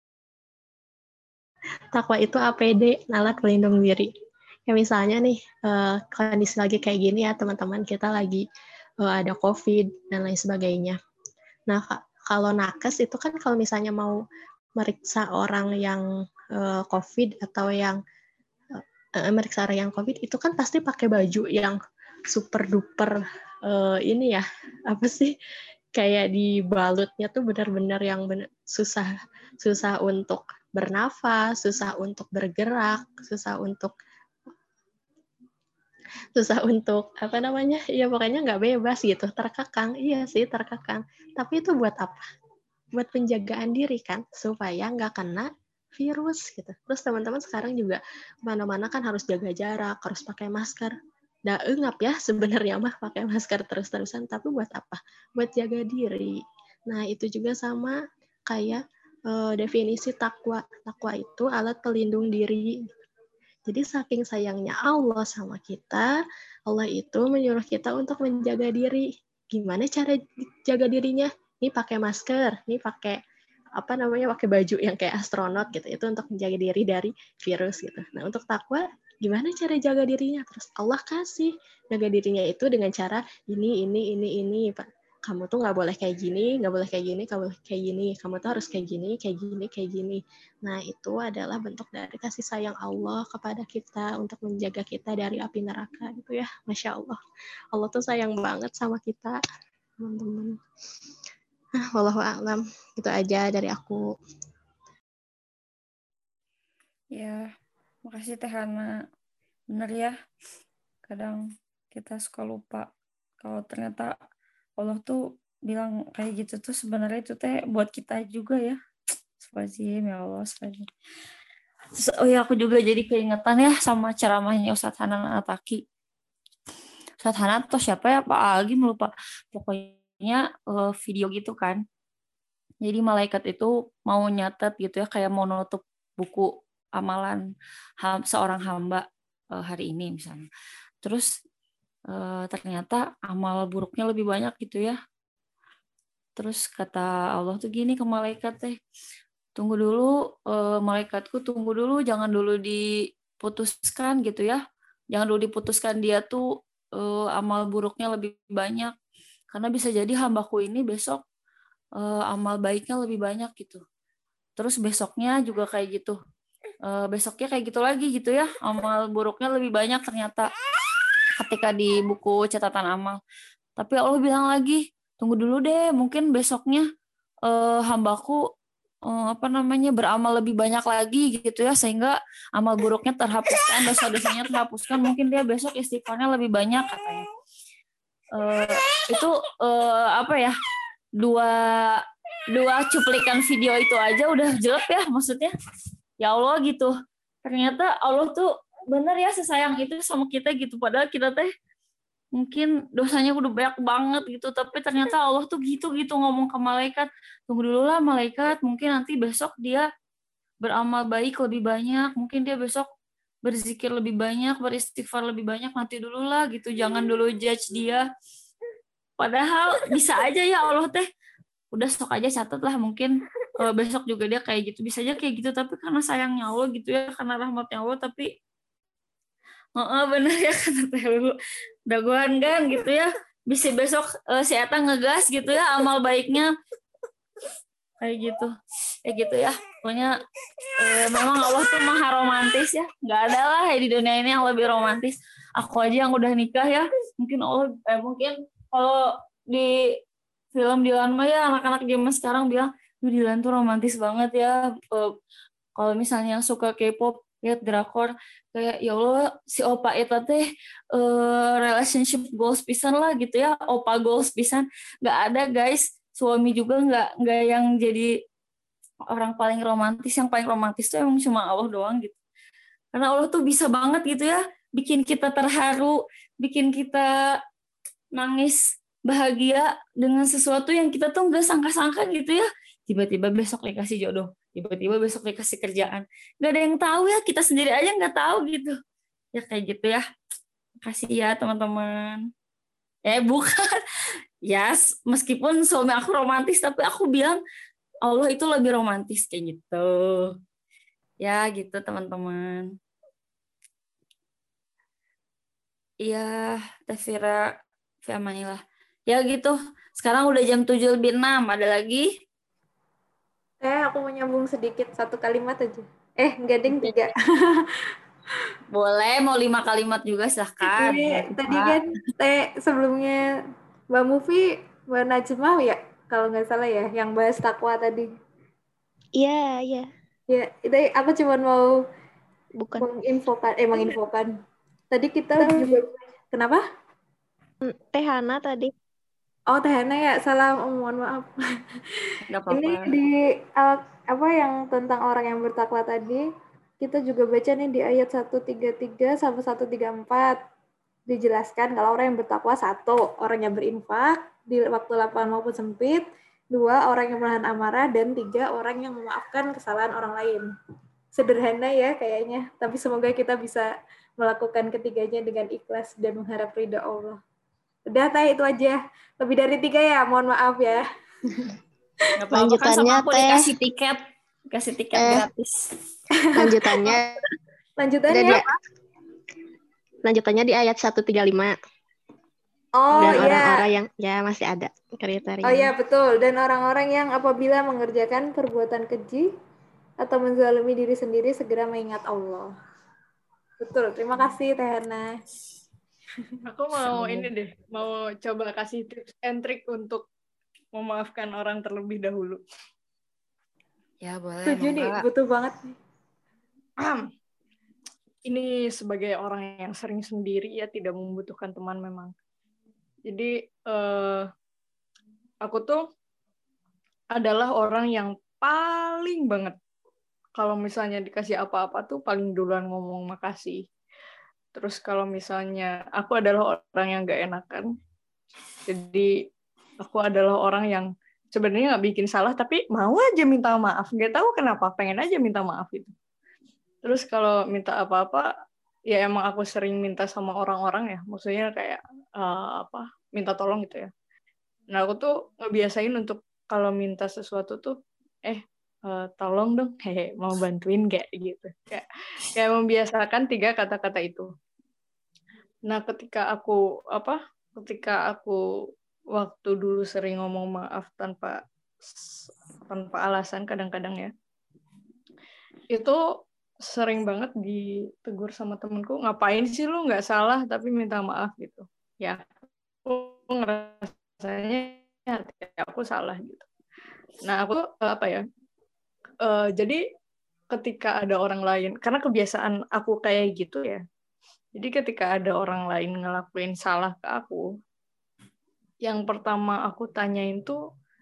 Takwa itu A P D, alat pelindung diri. Ya misalnya nih uh, kondisi lagi kayak gini ya teman-teman, kita lagi uh, ada COVID dan lain sebagainya. Nah kalau nakes itu kan kalau misalnya mau meriksa orang yang uh, COVID atau yang uh, meriksa orang yang COVID itu kan pasti pakai baju yang super duper uh, ini ya apa sih kayak dibalutnya tuh benar-benar yang benar, susah susah untuk bernafas, susah untuk bergerak, susah untuk susah untuk apa namanya ya pokoknya nggak bebas gitu, terkekang. Iya sih terkekang, tapi itu buat apa? Buat penjagaan diri kan, supaya nggak kena virus gitu. Terus teman-teman sekarang juga mana-mana kan harus jaga jarak, harus pakai masker. Nggak engap ya sebenarnya mah pakai masker terus-terusan, tapi buat apa? Buat jaga diri. Nah itu juga sama kayak uh, definisi takwa. Takwa itu alat pelindung diri. Jadi saking sayangnya Allah sama kita, Allah itu menyuruh kita untuk menjaga diri. Gimana cara jaga dirinya? Ini pakai masker, ini pakai apa namanya pakai baju yang kayak astronot gitu. Itu untuk menjaga diri dari virus gitu. Nah untuk takwa gimana cara jaga dirinya? Terus Allah kasih jaga dirinya itu dengan cara ini ini ini ini Pak. Kamu tuh nggak boleh kayak gini, nggak boleh kayak gini, nggak boleh kayak gini. Kamu tuh harus kayak gini, kayak gini, kayak gini. Nah itu adalah bentuk dari kasih sayang Allah kepada kita untuk menjaga kita dari api neraka gitu ya. Masya Allah. Allah tuh sayang banget sama kita, teman-teman. Nah, wallahu a'lam. Itu aja dari aku. Ya, makasih Teh Hana. Bener ya, kadang kita suka lupa kalau ternyata Allah tuh bilang kayak gitu tuh sebenarnya itu teh buat kita juga ya. Astagfirullahaladzim ya Allah. Oh ya aku juga jadi keingetan ya sama ceramahnya Ustadz Hanan Ataki. Ustadz Hanan atau siapa ya Pak Algi melupa. Pokoknya uh, video gitu kan. Jadi malaikat itu mau nyatet gitu ya kayak mau nutup buku amalan ham, seorang hamba uh, hari ini misalnya. Terus uh, ternyata amal buruknya lebih banyak gitu ya. Terus kata Allah tuh gini ke malaikat teh, tunggu dulu uh, malaikatku tunggu dulu, jangan dulu diputuskan gitu ya. Jangan dulu diputuskan dia tuh uh, amal buruknya lebih banyak. Karena bisa jadi hambaku ini besok uh, amal baiknya lebih banyak gitu. Terus besoknya juga kayak gitu. Uh, besoknya kayak gitu lagi gitu ya. Amal buruknya lebih banyak ternyata ketika di buku catatan amal. Tapi Allah bilang lagi, tunggu dulu deh, mungkin besoknya uh, hambaku uh, apa namanya beramal lebih banyak lagi gitu ya, sehingga amal buruknya terhapuskan, dosa-dosanya terhapuskan. Mungkin dia besok istighfarnya lebih banyak katanya. Uh, itu uh, apa ya? Dua dua cuplikan video itu aja udah jelek ya, maksudnya ya Allah gitu. Ternyata Allah tuh bener ya sesayang itu sama kita gitu, padahal kita teh mungkin dosanya udah banyak banget gitu, tapi ternyata Allah tuh gitu gitu ngomong ke malaikat, tunggu dulu lah malaikat, mungkin nanti besok dia beramal baik lebih banyak, mungkin dia besok berzikir lebih banyak, beristighfar lebih banyak, nanti dulu lah gitu, jangan dulu judge dia. Padahal bisa aja ya Allah teh udah sok aja catat lah, mungkin uh, besok juga dia kayak gitu, bisa aja kayak gitu, tapi karena sayangnya Allah gitu ya, karena rahmatnya Allah, tapi oh bener ya karena teh lu daguan kan gitu ya, bisa besok uh, si Eta ngegas gitu ya amal baiknya kayak gitu, kayak gitu ya. Pokoknya eh, memang Allah tuh maha romantis ya, nggak ada lah ya di dunia ini yang lebih romantis. Aku aja yang udah nikah ya, mungkin Allah eh, mungkin kalau di film Dilan mah ya anak-anak zaman sekarang bilang, "Duh, Dilan tuh romantis banget ya." Eh, kalau misalnya yang suka K-pop lihat drakor kayak ya Allah si opa eta teh eh, relationship goals pisan lah gitu ya, opa goals pisan. Nggak ada guys, suami juga nggak nggak yang jadi orang paling romantis. Yang paling romantis tuh emang cuma Allah doang gitu, karena Allah tuh bisa banget gitu ya bikin kita terharu, bikin kita nangis bahagia dengan sesuatu yang kita tuh nggak sangka-sangka gitu ya. Tiba-tiba besok dikasih jodoh, tiba-tiba besok dikasih kerjaan, nggak ada yang tahu ya, kita sendiri aja nggak tahu gitu ya, kayak gitu ya. Kasih ya teman-teman. Eh bukan ya, yes, meskipun suami aku romantis tapi aku bilang Allah itu lebih romantis kayak gitu ya, gitu teman-teman. Iya Teh Vira, fi amanillah ya gitu. Sekarang udah jam tujuh lebih enam, ada lagi? Eh, aku mau nyambung sedikit satu kalimat aja. Eh, enggak ding, tiga. Boleh, mau lima kalimat juga silahkan. Ini tadi kan Teh sebelumnya Mbak Mufi, Mbak Najmah ya, kalau nggak salah ya, yang bahas takwa tadi. Iya, iya. Ya, itu aku cuma mau Bukan. menginfokan, eh menginfokan. Tadi kita juga, kenapa? Teh Hana tadi. Oh, Teh Hana ya, salah, oh, mohon maaf. Nggak apa-apa. Ini di uh, apa yang tentang orang yang bertakwa tadi, kita juga baca nih di ayat seratus tiga puluh tiga sampai seratus tiga puluh empat. Dijelaskan kalau orang yang bertakwa, satu, orang yang berinfak di waktu lapang maupun sempit, dua, orang yang menahan amarah, dan tiga, orang yang memaafkan kesalahan orang lain. Sederhana ya kayaknya, tapi semoga kita bisa melakukan ketiganya dengan ikhlas dan mengharap ridha Allah. Udah, Teh, itu aja. Lebih dari tiga ya, mohon maaf ya. Nggak apa-apa kan, sama aku dikasih tiket, dikasih tiket eh, gratis. Lanjutannya. Lanjutannya di, lanjutannya di ayat seratus tiga puluh lima. Oh, dan iya. orang-orang yang ya masih ada kriteria. Oh iya, betul. Dan orang-orang yang apabila mengerjakan perbuatan keji atau menzalimi diri sendiri segera mengingat Allah. Betul. Terima kasih, Teh Hana. Aku mau ini deh, mau coba kasih tips and trick untuk memaafkan orang terlebih dahulu. Ya boleh. Setuju nih, butuh banget nih. Ini sebagai orang yang sering sendiri ya, tidak membutuhkan teman memang. Jadi eh, aku tuh adalah orang yang paling banget kalau misalnya dikasih apa-apa tuh paling duluan ngomong makasih. Terus kalau misalnya aku adalah orang yang gak enakan, jadi aku adalah orang yang sebenarnya nggak bikin salah tapi mau aja minta maaf, nggak tahu kenapa, pengen aja minta maaf itu. Terus kalau minta apa-apa ya emang aku sering minta sama orang-orang ya, maksudnya kayak uh, apa minta tolong gitu ya. Nah aku tuh ngebiasain untuk kalau minta sesuatu tuh eh uh, tolong dong, hehe, mau bantuin gak gitu, kayak kayak membiasakan tiga kata-kata itu. Nah ketika aku apa ketika aku waktu dulu sering ngomong maaf tanpa tanpa alasan kadang-kadang ya, itu sering banget ditegur sama temenku, ngapain sih lu nggak salah tapi minta maaf gitu ya. Aku ngerasanya hati aku salah gitu. Nah aku apa ya uh, jadi ketika ada orang lain, karena kebiasaan aku kayak gitu ya, jadi ketika ada orang lain ngelakuin salah ke aku, yang pertama aku tanyain tuh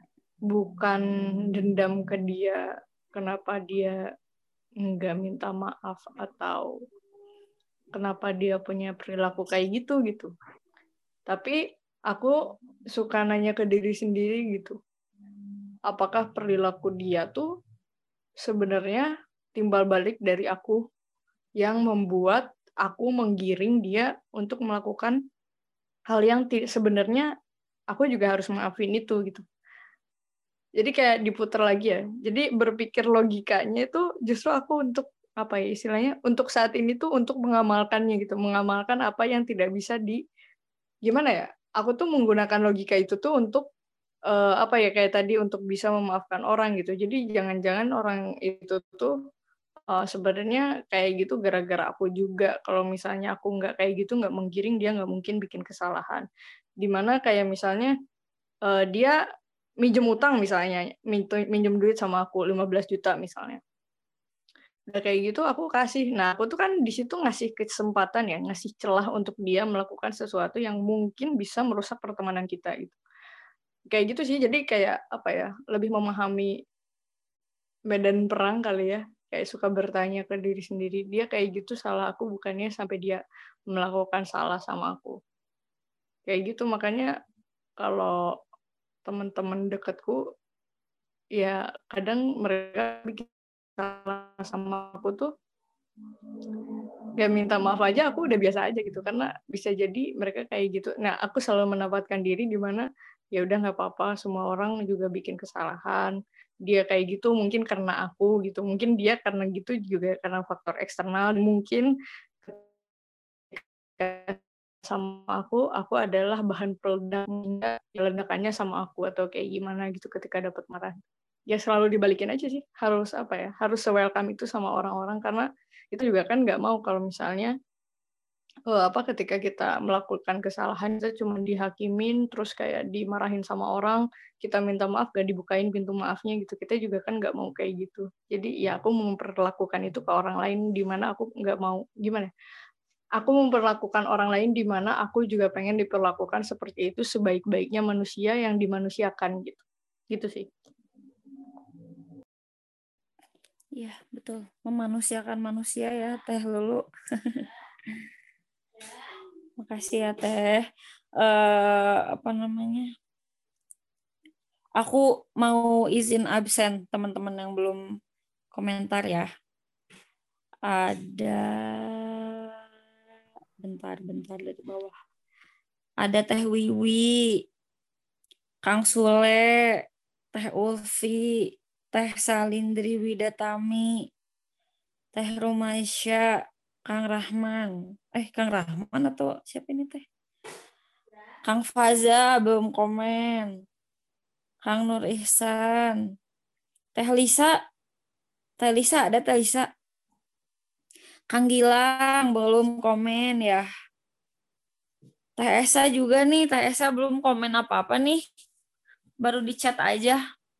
bukan dendam ke dia kenapa dia nggak minta maaf atau kenapa dia punya perilaku kayak gitu gitu. Tapi aku suka nanya ke diri sendiri gitu. Apakah perilaku dia tuh sebenarnya timbal balik dari aku yang membuat aku menggiring dia untuk melakukan hal yang sebenarnya aku juga harus maafin itu gitu. Jadi kayak diputar lagi ya. Jadi berpikir logikanya itu justru aku untuk apa ya istilahnya untuk saat ini tuh untuk mengamalkannya gitu, mengamalkan apa yang tidak bisa di gimana ya? Aku tuh menggunakan logika itu tuh untuk uh, apa ya kayak tadi untuk bisa memaafkan orang gitu. Jadi jangan-jangan orang itu tuh uh, sebenarnya kayak gitu gara-gara aku juga. Kalau misalnya aku nggak kayak gitu, nggak menggiring, dia nggak mungkin bikin kesalahan. Dimana kayak misalnya uh, dia minjem utang misalnya, minjem duit sama aku lima belas juta misalnya. Udah kayak gitu aku kasih. Nah, aku tuh kan di situ ngasih kesempatan ya, ngasih celah untuk dia melakukan sesuatu yang mungkin bisa merusak pertemanan kita gitu. Kayak gitu sih. Jadi kayak apa ya, lebih memahami medan perang kali ya. Kayak suka bertanya ke diri sendiri, dia kayak gitu salah aku bukannya sampai dia melakukan salah sama aku. Kayak gitu makanya kalau teman-teman dekatku ya kadang mereka bikin salah sama aku tuh ya minta maaf aja aku udah biasa aja gitu karena bisa jadi mereka kayak gitu. Nah aku selalu menempatkan diri di mana ya udah nggak apa-apa, semua orang juga bikin kesalahan. Dia kayak gitu mungkin karena aku gitu, mungkin dia karena gitu juga karena faktor eksternal, mungkin sama aku, aku adalah bahan peledak ledakannya sama aku atau kayak gimana gitu ketika dapat marah. Ya selalu dibalikin aja sih, harus apa ya, harus se-welcome itu sama orang-orang karena itu juga kan nggak mau kalau misalnya uh, apa ketika kita melakukan kesalahan kita cuma dihakimin terus kayak dimarahin sama orang, kita minta maaf gak dibukain pintu maafnya gitu, kita juga kan nggak mau kayak gitu. Jadi ya aku memperlakukan itu ke orang lain di mana aku nggak mau gimana aku memperlakukan orang lain di mana aku juga pengen diperlakukan seperti itu sebaik-baiknya manusia yang dimanusiakan gitu. Gitu sih. Iya, betul. Memanusiakan manusia ya, Teh Lulu. Makasih ya, Teh. Uh, apa namanya? Aku mau izin absen teman-teman yang belum komentar ya. Ada bentar-bentar dari bawah. Ada Teh Wiwi, Kang Sule, Teh Ulfi, Teh Salindri Widatami, Teh Romaisya, Kang Rahman. Eh, Kang Rahman atau siapa ini Teh? Kang Faza belum komen. Kang Nur Ihsan. Teh Lisa. Teh Lisa, ada Teh Lisa. Kang Gilang belum komen ya. Teh Esa juga nih, Teh Esa belum komen apa-apa nih. Baru di chat aja.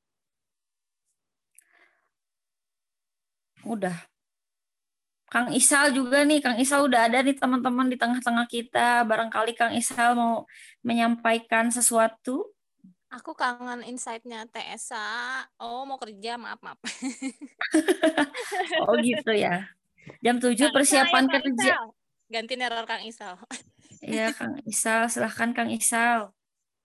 Udah. Kang Isal juga nih, Kang Isal udah ada nih teman-teman di tengah-tengah kita. Barangkali Kang Isal mau menyampaikan sesuatu. Aku kangen insight-nya Teh Esa. Oh, mau kerja, maaf, maaf. Oh gitu ya. Jam tujuh persiapan Isal, kerja. Isal. Ganti neror Kang Isal. Iya, Kang Isal. Silahkan Kang Isal.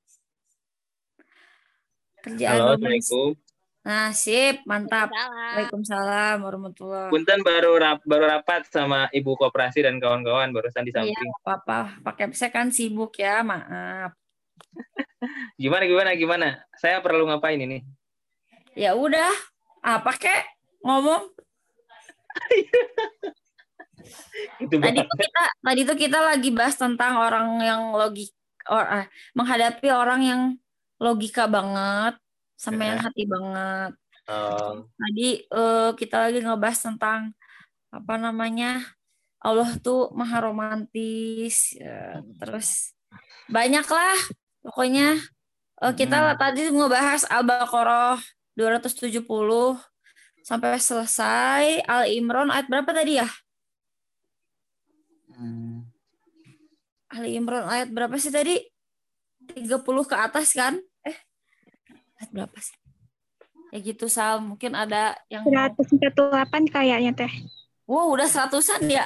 Kerjaan Halo, rumah. Assalamualaikum. Nah, sip. Mantap. Waalaikumsalam warahmatullahi. Punten baru rap, baru rapat sama Ibu Koperasi dan kawan-kawan barusan di samping. Iya, apa-apa. Pakai saya kan sibuk ya, maaf. Gimana gimana gimana? Saya perlu ngapain ini? Ya udah, apa kek ngomong? Itu tadi tuh kita tadi tuh kita lagi bahas tentang orang yang logik or, ah, menghadapi orang yang logika banget sama yang hati banget. Um, Tadi uh, kita lagi ngebahas tentang apa namanya Allah tuh maha romantis, ya, terus banyak lah pokoknya uh, kita hmm. tadi ngebahas Al-Baqarah dua ratus tujuh puluh sampai selesai. Al-Imran ayat berapa tadi ya? Hmm. Al-Imran ayat berapa sih tadi? tiga puluh ke atas kan? Eh, ayat berapa sih? Ya gitu Sal, mungkin ada yang mau. seratus empat puluh delapan kayaknya teh. Wow, udah seratusan ya.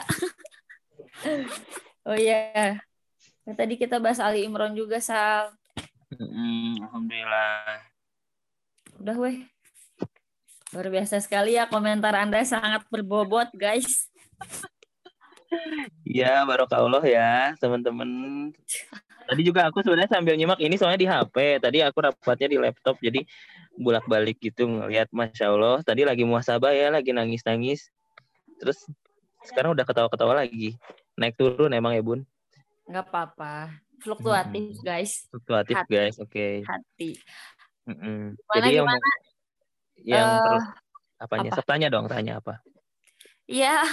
Oh iya. Nah, tadi kita bahas Ali Imran juga Sal. Hmm, Alhamdulillah. Udah weh. Luar biasa sekali ya, komentar Anda sangat berbobot guys. Iya, barokahullah ya teman-teman. Tadi juga aku sebenarnya sambil nyimak ini soalnya di H P. Tadi aku rapatnya di laptop, jadi bolak-balik gitu ngeliat, Masya Allah. Tadi lagi muhasabah ya, lagi nangis-nangis. Terus sekarang udah ketawa-ketawa lagi. Naik turun emang ya Bun? Nggak apa-apa. Fluktuatif guys. Fluktuatif Hati. guys, oke. Okay. Hati. Mm-mm. Gimana, Jadi yang gimana? yang Uh, perlu apanya? apa? Sok tanya dong, tanya apa? Iya.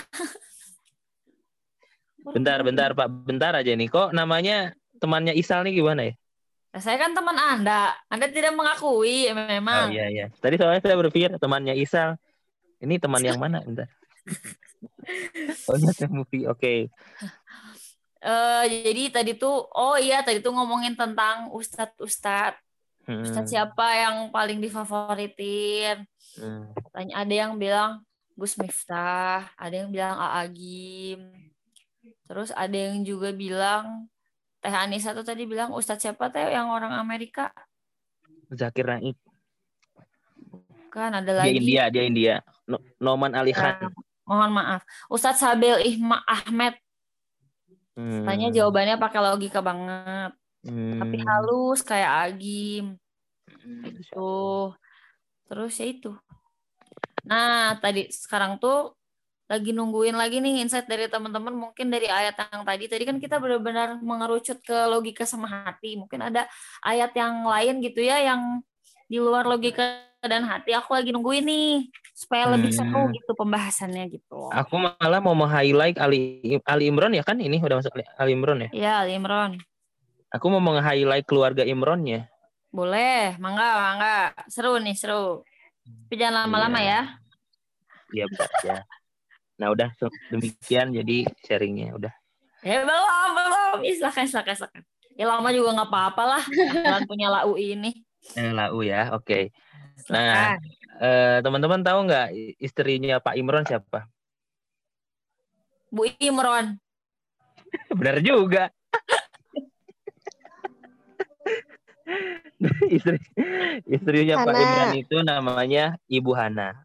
Bentar, bentar Pak, bentar aja nih. Kok namanya temannya Isal nih gimana ya? Nah, saya kan teman Anda. Anda tidak mengakui memang. Oh iya iya. Tadi soalnya saya berpikir temannya Isal. Ini teman yang mana? Bentar. Oh iya, Teh Mufi. Oke. Okay. Uh, jadi tadi tuh, oh iya tadi tuh ngomongin tentang ustadz-ustadz. Hmm. Ustadz siapa yang paling difavoritin? Hmm. Tanya, ada yang bilang Gus Miftah, ada yang bilang A A Gim. Terus ada yang juga bilang Teh Anissa tuh tadi bilang Ustadz siapa Teh yang orang Amerika? Zakir Naik. Kan ada lagi. Dia India, dia India. No, Noman Ali Khan. Ya, mohon maaf. Ustadz Sabil Ihma Ahmed. Hmm. Tanya jawabannya pakai logika banget. Hmm. Tapi halus kayak Agim. Hmm. Itu. Terus ya itu. Nah, tadi sekarang tuh lagi nungguin lagi nih insight dari teman-teman, mungkin dari ayat yang tadi. Tadi kan kita benar-benar mengerucut ke logika sama hati. Mungkin ada ayat yang lain gitu ya yang di luar logika dan hati. Aku lagi nungguin nih supaya hmm. lebih seru gitu pembahasannya gitu. Aku malah mau meng-highlight Ali Ali Imran ya kan, ini udah masuk Ali Imran ya? Iya, Ali Imran. Aku mau meng-highlight keluarga Imrannya. Boleh, mangga, mangga. Seru nih, seru. Tapi jangan lama-lama iya. ya. Iya, Pak ya. Nah, udah demikian jadi sharingnya udah. Eh, belum, belum. Silakan, silakan, silakan. Ya lama juga nggak apa-apa lah. Kalian punya lau ini. Eh, lau ya, oke. Okay. Nah, eh, teman-teman tahu nggak istrinya Pak Imran siapa? Bu Imron. Benar juga. Istri istrinya Hana. Pak Imran itu namanya Ibu Hana.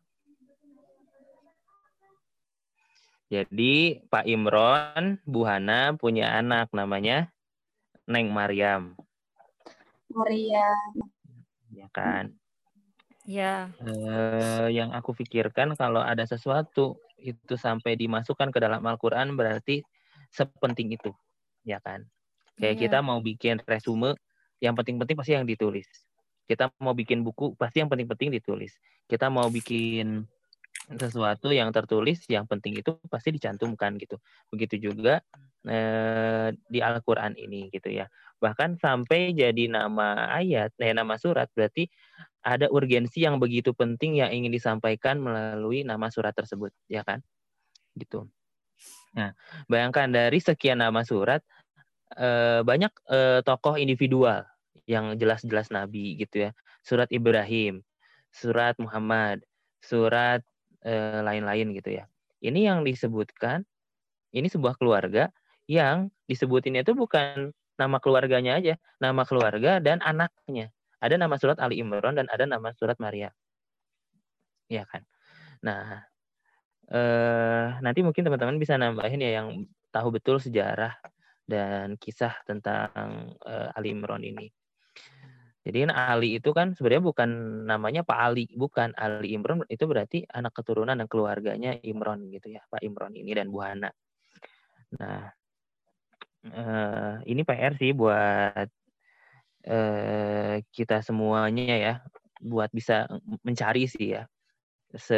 Jadi Pak Imran, Bu Hana punya anak namanya Neng Maryam. Maryam. Ya kan? Ya. Eh, yang aku pikirkan kalau ada sesuatu itu sampai dimasukkan ke dalam Al-Quran berarti sepenting itu. Ya kan? Kayak ya. Kita mau bikin resume, yang penting-penting pasti yang ditulis. Kita mau bikin buku, pasti yang penting-penting ditulis. Kita mau bikin sesuatu yang tertulis, yang penting itu pasti dicantumkan gitu. Begitu juga eh, di Al-Quran ini gitu ya. Bahkan sampai jadi nama ayat, eh, nama surat, berarti ada urgensi yang begitu penting yang ingin disampaikan melalui nama surat tersebut, ya kan? Gitu. Nah, bayangkan dari sekian nama surat, eh, banyak eh, tokoh individual yang jelas-jelas nabi gitu ya. Surat Ibrahim, surat Muhammad, surat lain-lain gitu ya. Ini yang disebutkan, ini sebuah keluarga yang disebutinnya itu bukan nama keluarganya aja, nama keluarga dan anaknya. Ada nama surat Ali Imran dan ada nama surat Maryam. Ya kan. Nah, eh, nanti mungkin teman-teman bisa nambahin ya yang tahu betul sejarah dan kisah tentang eh, Ali Imran ini. Jadi Ali itu kan sebenarnya bukan namanya Pak Ali, bukan. Ali Imran itu berarti anak keturunan dan keluarganya Imran gitu ya, Pak Imran ini dan Bu Hana. Nah, eh, ini P R sih buat eh, kita semuanya ya, buat bisa mencari sih ya, se,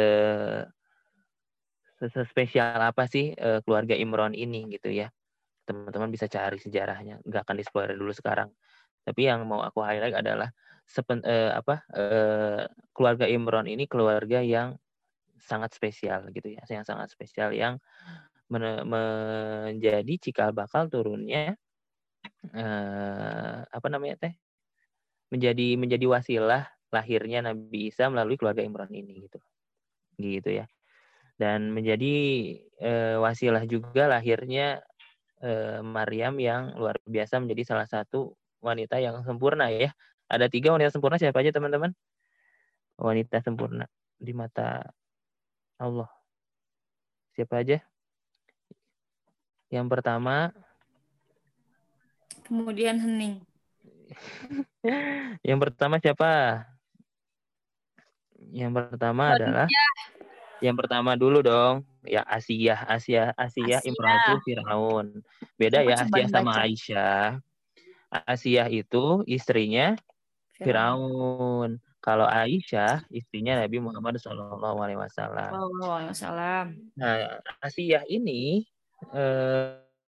se spesial apa sih eh, keluarga Imran ini gitu ya. Teman-teman bisa cari sejarahnya, nggak akan di-spoiler dulu sekarang. Tapi yang mau aku highlight adalah sepen, eh, apa eh, keluarga Imran ini keluarga yang sangat spesial gitu ya, yang sangat spesial yang men- menjadi cikal bakal turunnya eh, apa namanya teh menjadi menjadi wasilah lahirnya Nabi Isa melalui keluarga Imran ini gitu. Gitu ya. Dan menjadi eh, wasilah juga lahirnya eh, Maryam yang luar biasa menjadi salah satu wanita yang sempurna ya. Ada tiga wanita sempurna, siapa aja teman-teman? Wanita sempurna di mata Allah. Siapa aja? Yang pertama, Kemudian hening. yang pertama siapa? Yang pertama adalah Khadijah. yang pertama dulu dong, ya Asiyah, Asiyah, Asiyah imratu Asia. Firaun. Beda Coba ya coba Asiyah sama baca. Aisyah. Asiyah itu istrinya Firaun. Firaun. Kalau Aisyah istrinya Nabi Muhammad shallallahu alaihi wasallam. Sallallahu alaihi wasallam. Nah, Asiyah ini eh,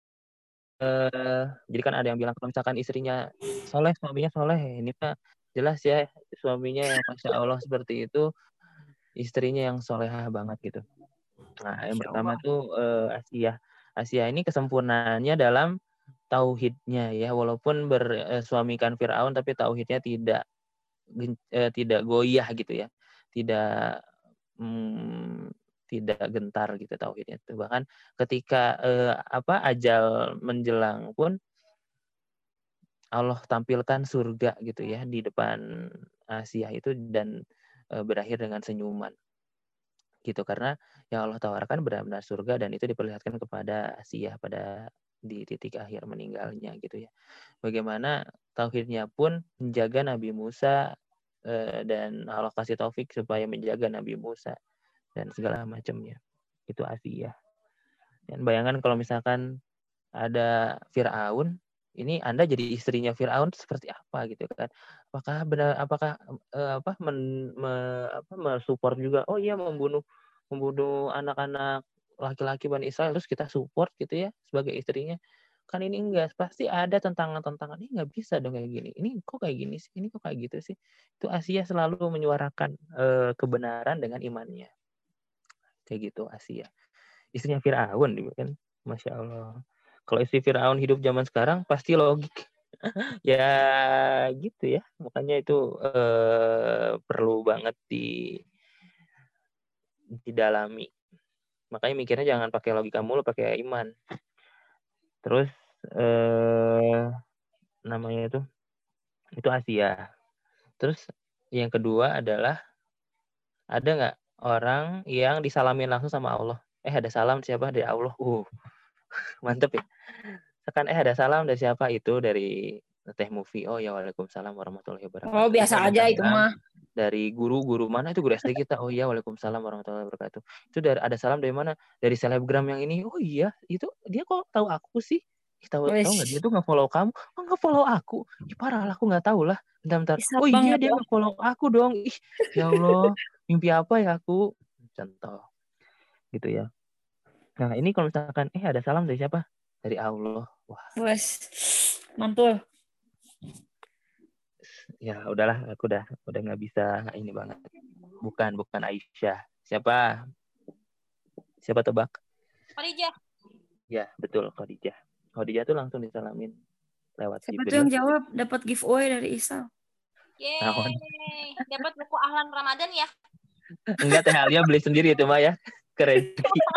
eh, jadi kan ada yang bilang kalau misalkan istrinya soleh, suaminya soleh, ini Pak jelas ya suaminya yang masya Allah seperti itu, istrinya yang solehah banget gitu. Nah, yang Masya pertama Allah. tuh eh, Asiyah. Asiyah ini kesempurnaannya dalam tauhidnya ya, walaupun bersuamikan Firaun tapi tauhidnya tidak eh, tidak goyah gitu ya, tidak hmm, tidak gentar gitu tauhidnya itu. Bahkan ketika eh, apa ajal menjelang pun Allah tampilkan surga gitu ya di depan Asiyah itu dan eh, berakhir dengan senyuman gitu, karena yang Allah tawarkan benar-benar surga dan itu diperlihatkan kepada Asiyah pada di titik akhir meninggalnya gitu ya. Bagaimana tauhidnya pun menjaga Nabi Musa eh, dan Allah kasih taufik supaya menjaga Nabi Musa dan segala macamnya. Itu Asiyah. Dan bayangkan kalau misalkan ada Firaun, ini Anda jadi istrinya Firaun seperti apa gitu kan? Apakah benar apakah eh, apa men, me, apa mensupport juga? Oh iya membunuh membunuh anak-anak laki-laki Bani Israel terus kita support gitu ya sebagai istrinya? Kan ini enggak, pasti ada tantangan-tantangan. Ini enggak bisa dong kayak gini. Ini kok kayak gini sih? Ini kok kayak gitu sih? Itu Asia selalu menyuarakan eh, kebenaran dengan imannya. Kayak gitu Asia. Istrinya Firaun gitu kan. Masya Allah. Kalau istri Firaun hidup zaman sekarang pasti logik. Ya gitu ya. Makanya itu eh, perlu banget di didalami. Makanya mikirnya jangan pakai logika mulu, pakai iman. Terus eh, namanya itu itu Asia. Terus yang kedua adalah ada nggak orang yang disalamin langsung sama Allah? Eh ada salam siapa dari Allah? Uh mantep ya. Kan eh ada salam dari siapa? Itu dari Teh Movie. Oh ya waalaikumsalam warahmatullahi wabarakatuh. Oh, Eh, biasa ada aja itu salam mah. dari guru-guru mana itu guru S D kita. Oh iya waalaikumsalam warahmatullahi wabarakatuh. Itu dari ada salam dari mana? Dari selebgram yang ini. Oh iya itu dia kok tahu aku sih? Ih, tahu tahu nggak dia Wish. tuh nggak follow kamu? Oh nggak follow aku? Ih, parah lah aku nggak tahu lah. Bentar-bentar. Isap Oh iya banget dia ya. nggak follow aku dong. Ih ya Allah mimpi apa ya aku? Contoh gitu ya. Nah ini kalau misalkan eh ada salam dari siapa? Dari Allah. Wah Wes. Mantul. ya udahlah aku udah udah nggak bisa ini banget. Bukan bukan Aisyah. Siapa? Siapa tebak? Khadijah. Ya betul Khadijah. Khadijah tuh langsung disalamin lewat Siapa tuh Jibril. yang jawab dapat giveaway dari Isal? Tahun. Yeay, dapat buku Ahlan Ramadan ya? Enggak Teh Alia beli sendiri itu mah ya. Keren.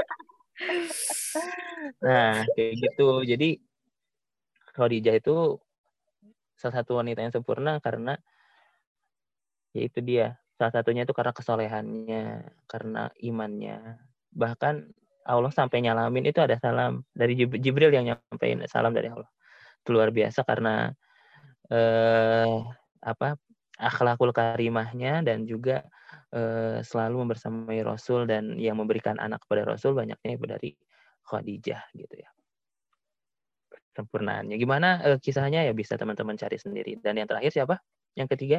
Nah kayak gitu. Jadi Khadijah itu salah satu wanita yang sempurna karena ya itu dia. Salah satunya itu karena kesolehannya, karena imannya. Bahkan Allah sampai nyalamin itu ada salam dari Jibril yang nyampein salam dari Allah. Itu luar biasa karena eh, apa akhlakul karimahnya dan juga eh, selalu membersamai Rasul dan yang memberikan anak kepada Rasul banyaknya ibu dari Khadijah gitu ya. Sempurnaannya gimana eh, kisahnya ya bisa teman-teman cari sendiri. Dan yang terakhir siapa? Yang ketiga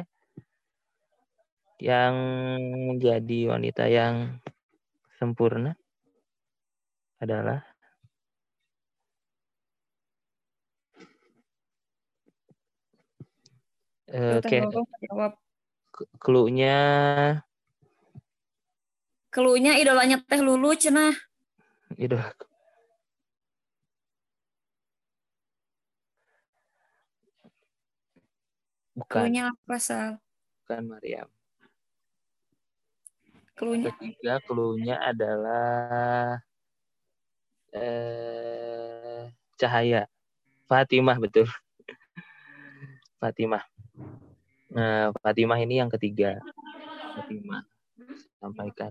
yang menjadi wanita yang sempurna adalah eh, Teh kayak Lulu jawab. clue-nya Keluhnya idolanya Teh Lulu cenah. itu bukan Keluhnya apa Sal? bukan Maryam. Cluenya. Ketiga cluenya adalah eh, cahaya. Fatimah, betul. Fatimah. Nah, Fatimah ini yang ketiga. Fatimah sampaikan.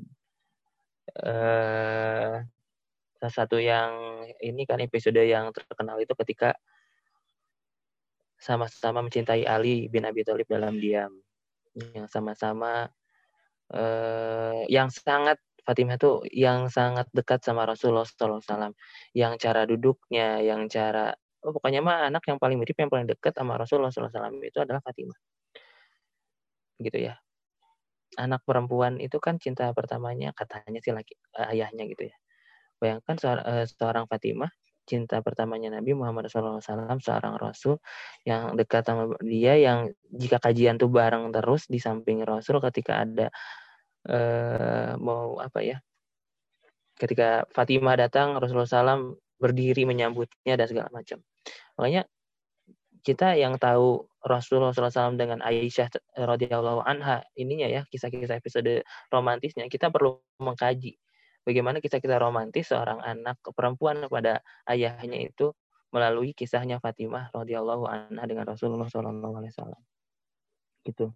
Eh, salah satu yang ini kan episode yang terkenal itu ketika sama-sama mencintai Ali bin Abi Thalib dalam diam. Yang sama-sama eh, yang sangat Fatimah tuh yang sangat dekat sama Rasulullah shallallahu alaihi wasallam. Yang cara duduknya, yang cara oh, pokoknya mah anak yang paling mirip, yang paling dekat sama Rasulullah shallallahu alaihi wasallam itu adalah Fatimah. Gitu ya. Anak perempuan itu kan cinta pertamanya katanya sih laki ayahnya gitu ya. Bayangkan seorang, uh, seorang Fatimah, cinta pertamanya Nabi Muhammad shallallahu alaihi wasallam, seorang Rasul yang dekat sama dia, yang jika kajian tuh bareng terus di samping Rasul ketika ada uh, mau apa ya, ketika Fatimah datang Rasulullah shallallahu alaihi wasallam berdiri menyambutnya dan segala macam. Makanya kita yang tahu Rasulullah shallallahu alaihi wasallam dengan Aisyah radhiyallahu anha ininya ya, kisah-kisah episode romantisnya, kita perlu mengkaji bagaimana kisah-kisah romantis seorang anak perempuan kepada ayahnya itu melalui kisahnya Fatimah radhiyallahu anha dengan Rasulullah shallallahu alaihi wasallam. Gitu.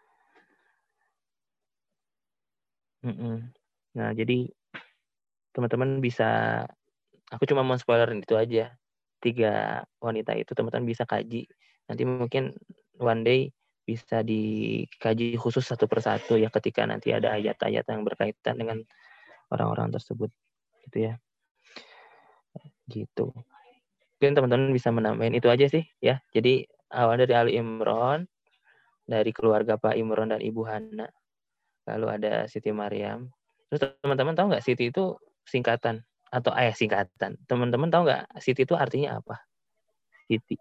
Mm-mm. Nah, jadi teman-teman bisa, aku cuma mau spoilerin itu aja. Tiga wanita itu teman-teman bisa kaji. Nanti mungkin one day bisa dikaji khusus satu persatu ya ketika nanti ada ayat-ayat yang berkaitan dengan orang-orang tersebut. Gitu ya. Gitu. Mungkin teman-teman bisa menambahin itu aja sih ya. Jadi awal dari Ali Imran, dari keluarga Pak Imran dan Ibu Hana. Lalu ada Siti Maryam. Terus teman-teman tahu nggak Siti itu singkatan? Atau ayah eh, singkatan. Teman-teman tahu nggak Siti itu artinya apa? Siti.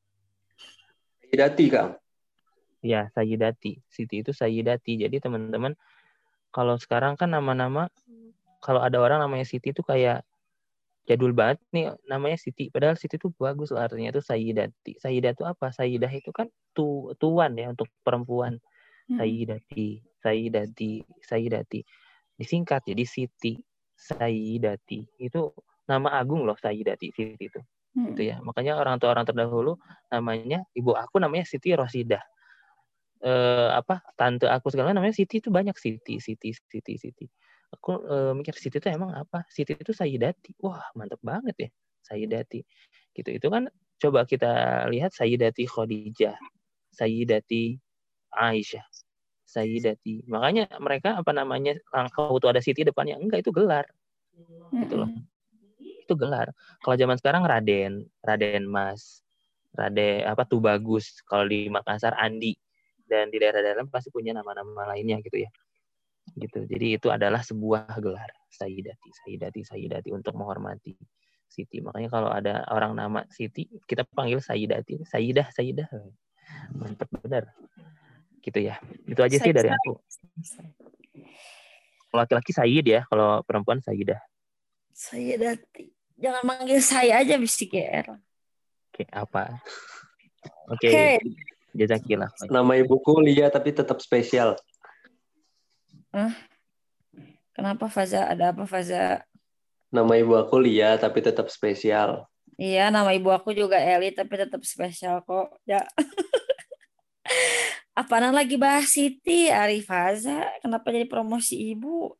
Sayyidati, Kang. Ya, Sayyidati. Siti itu Sayyidati. Jadi teman-teman, kalau sekarang kan nama-nama, kalau ada orang namanya Siti itu kayak jadul banget nih namanya Siti. Padahal Siti itu bagus loh, artinya itu Sayyidati. Sayyidah itu apa? Sayyidah itu kan tu, tuan ya untuk perempuan. Sayyidati, Sayyidati, Sayyidati. Disingkat jadi Siti. Sayyidati itu nama agung loh, Sayyidati Siti itu. Hmm. Gitu ya. Makanya orang tua orang terdahulu namanya, ibu aku namanya Siti Rosidah. Eh, apa tante aku segala namanya Siti itu banyak, Siti, Siti, Siti, Siti. Aku eh, mikir Siti itu emang apa? Siti itu Sayyidati. Wah, mantap banget ya, Sayyidati. Gitu. Itu kan coba kita lihat Sayyidati Khadijah, Sayyidati Aisyah, Sayyidati. Makanya mereka apa namanya, kalau tuh ada Siti depannya, enggak, itu gelar. Gitu loh. Itu gelar. Kalau zaman sekarang Raden, Raden Mas, Raden apa tuh bagus. Kalau di Makassar Andi, dan di daerah-daerah pasti punya nama-nama lainnya gitu ya. Gitu. Jadi itu adalah sebuah gelar, Sayyidati, Sayyidati, Sayyidati, untuk menghormati Siti. Makanya kalau ada orang nama Siti, kita panggil Sayyidati, Sayyidah, Sayyidah. Mantap benar. Gitu ya. Itu aja sih dari aku. Kalau laki-laki Sayyid ya, kalau perempuan Sayyidah. Sayyidati. Jangan manggil saya aja, bisa G R. Oke, apa? Oke. Okay. Jazakillah. Nama ibuku Lia tapi tetap spesial. Hah? Kenapa Faza? Ada apa Faza? Nama ibu aku Lia tapi tetap spesial. Iya, nama ibu aku juga Eli tapi tetap spesial kok. Ya. Apaan lagi bahas Siti, Arifaza? Kenapa jadi promosi ibu?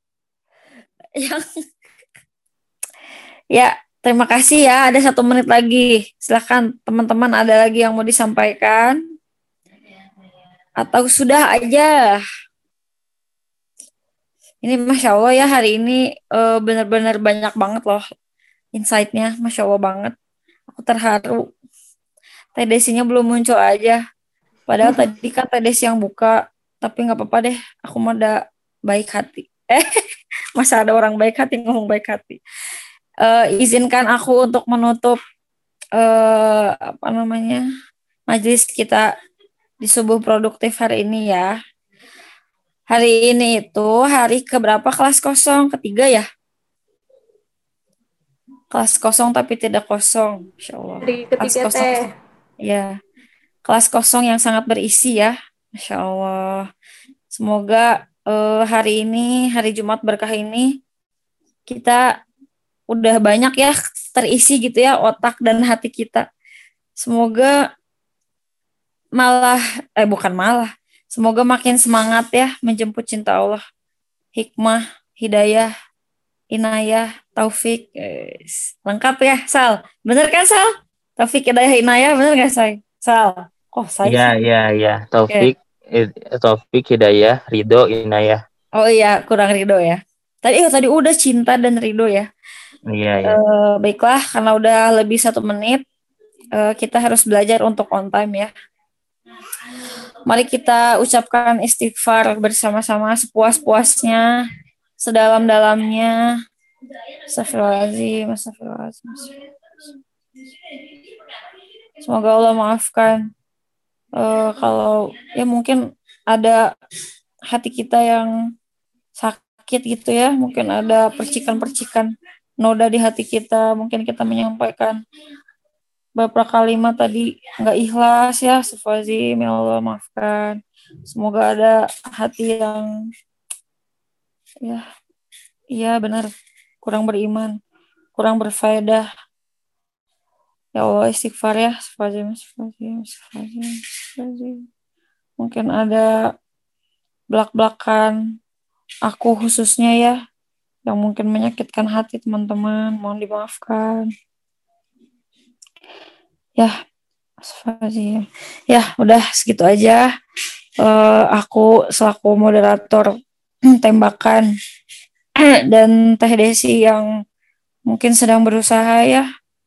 Yang ya, terima kasih ya. Ada satu menit lagi. Silakan teman-teman, ada lagi yang mau disampaikan? Atau sudah aja? Ini Masya Allah ya, hari ini uh, benar-benar banyak banget loh insight-nya. Masya Allah banget. Aku terharu. T D C-nya belum muncul aja. Padahal tadi kan T D C yang buka. Tapi gak apa-apa deh. Aku mau ada baik hati. Eh, masa ada orang baik hati ngomong baik hati. Uh, izinkan aku untuk menutup uh, apa namanya majelis kita di subuh produktif hari ini ya. Hari ini itu hari keberapa kelas kosong? Ketiga ya? Kelas kosong tapi tidak kosong. Insya Allah. Hari ketiga teh. Ya. Kelas kosong yang sangat berisi ya. Masya Allah. Semoga uh, hari ini, hari Jumat berkah ini, kita udah banyak ya terisi gitu ya otak dan hati kita. Semoga malah, eh bukan malah, semoga makin semangat ya menjemput cinta Allah. Hikmah, hidayah, inayah, taufik. Yes. Lengkap ya, Sal? Bener kan, Sal? Taufik, hidayah, inayah, bener gak, Say? Sal? Kok saya Iya, sih? iya, iya. Taufik, Oke. eh, Taufik, Hidayah, Ridho, Inayah. Oh iya, kurang ridho ya. Tadi oh, tadi udah cinta dan ridho ya. Iya, iya. Eh, baiklah, karena udah lebih satu menit, eh, kita harus belajar untuk on time ya. Mari kita ucapkan istighfar bersama-sama sepuas-puasnya, sedalam-dalamnya. Astagfirullahaladzim, astagfirullahaladzim. Semoga Allah maafkan. Uh, kalau ya mungkin ada hati kita yang sakit gitu ya, mungkin ada percikan-percikan noda di hati kita, mungkin kita menyampaikan beberapa kalimat tadi nggak ikhlas ya, astagfirullahaladzim, ya Allah maafkan. Semoga ada hati yang ya, iya benar, kurang beriman, kurang berfaedah. Ya Allah istighfar ya, astagfirullahaladzim, astagfirullahaladzim, astagfirullahaladzim, astagfirullahaladzim. Mungkin ada belak-belakan aku khususnya ya, yang mungkin menyakitkan hati teman-teman, mohon dimaafkan. Ya, astagfirullahaladzim. Ya, udah segitu aja. Uh, aku selaku moderator tembakan dan Teh Desi yang mungkin sedang berusaha ya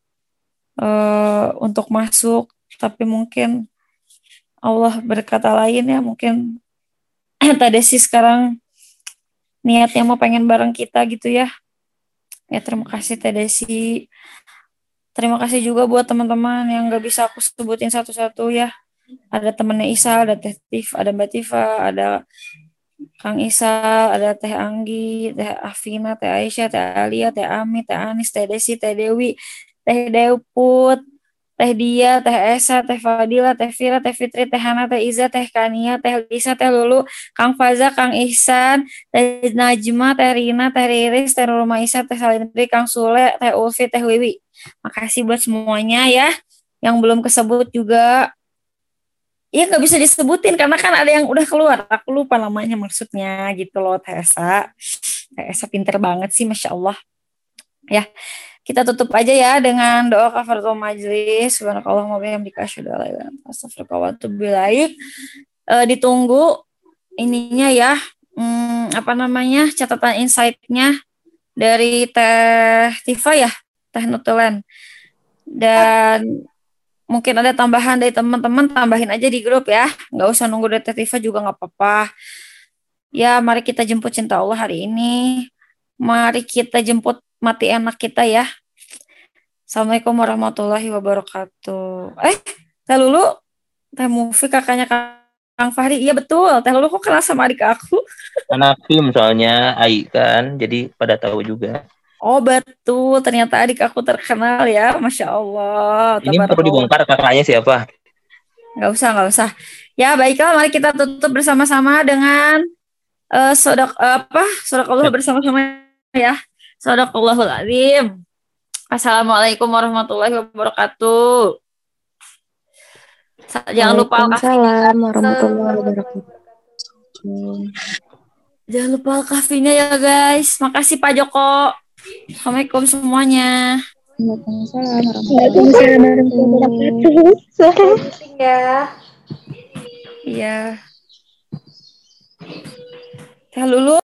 uh, untuk masuk, tapi mungkin Allah berkata lain ya, mungkin Teh Desi sekarang niatnya mau pengen bareng kita gitu ya. Ya terima kasih Teh Desi. Terima kasih juga buat teman-teman yang gak bisa aku sebutin satu-satu ya. Ada temennya Isa, ada Teh Tif, ada Mbak Tifa, ada Kang Isa, ada Teh Anggi, Teh Afina, Teh Aisyah, Teh Alia, Teh Ami, Teh Anis, Teh Desi, Teh Dewi, Teh Deput, Teh Dia, Teh Esa, Teh Fadila, Teh Fira, Teh Fitri, Teh Hana, Teh Iza, Teh Kania, Teh Lisa, Teh Lulu, Kang Faza, Kang Ihsan, Teh Najma, Teh Rina, Teh Riris, Teh Nurma Isa, Teh Salindri, Kang Sule, Teh Ulfi, Teh Wiwi. Makasih buat semuanya ya. Yang belum kesebut juga. Iya gak bisa disebutin karena kan ada yang udah keluar. Aku lupa namanya maksudnya gitu loh Teh Esa. Teh Esa pinter banget sih Masya Allah. Ya. Kita tutup aja ya dengan doa kafaratul majlis. Subhanakallahumma wa bihamdika asyhadu an la ilaha illa anta astaghfiruka wa atubu ilaik. E, ditunggu ininya ya. Hmm, apa namanya? Catatan insight-nya dari Teh Tifa ya, Teh Nutulen. Dan mungkin ada tambahan dari teman-teman, tambahin aja di grup ya. Nggak usah nunggu dari Teh Tifa juga nggak apa-apa. Ya, mari kita jemput cinta Allah hari ini. Mari kita jemput mati enak kita ya. Assalamualaikum warahmatullahi wabarakatuh. Eh, Teh Lulu, Teh Mufi kakaknya Kang Fahri. Iya betul, Teh Lulu kok kenal sama adik aku? Anak film soalnya, Ai kan, jadi pada tahu juga. Oh betul, ternyata adik aku terkenal ya, Masya Allah. Ini perlu dibongkar kakaknya siapa? Nggak usah, nggak usah. Ya baiklah, mari kita tutup bersama-sama dengan uh, sodok uh, apa? Sodaqallah bersama-sama ya. Sodaqallahul azim. Assalamualaikum warahmatullahi wabarakatuh. Jangan lupa Waalaikumsalam warahmatullahi wabarakatuh. Jangan lupa al-kafinya ya guys. Makasih Pak Joko. Assalamualaikum semuanya. Waalaikumsalam warahmatullahi wabarakatuh. Ya. Iya. Teh Lulu.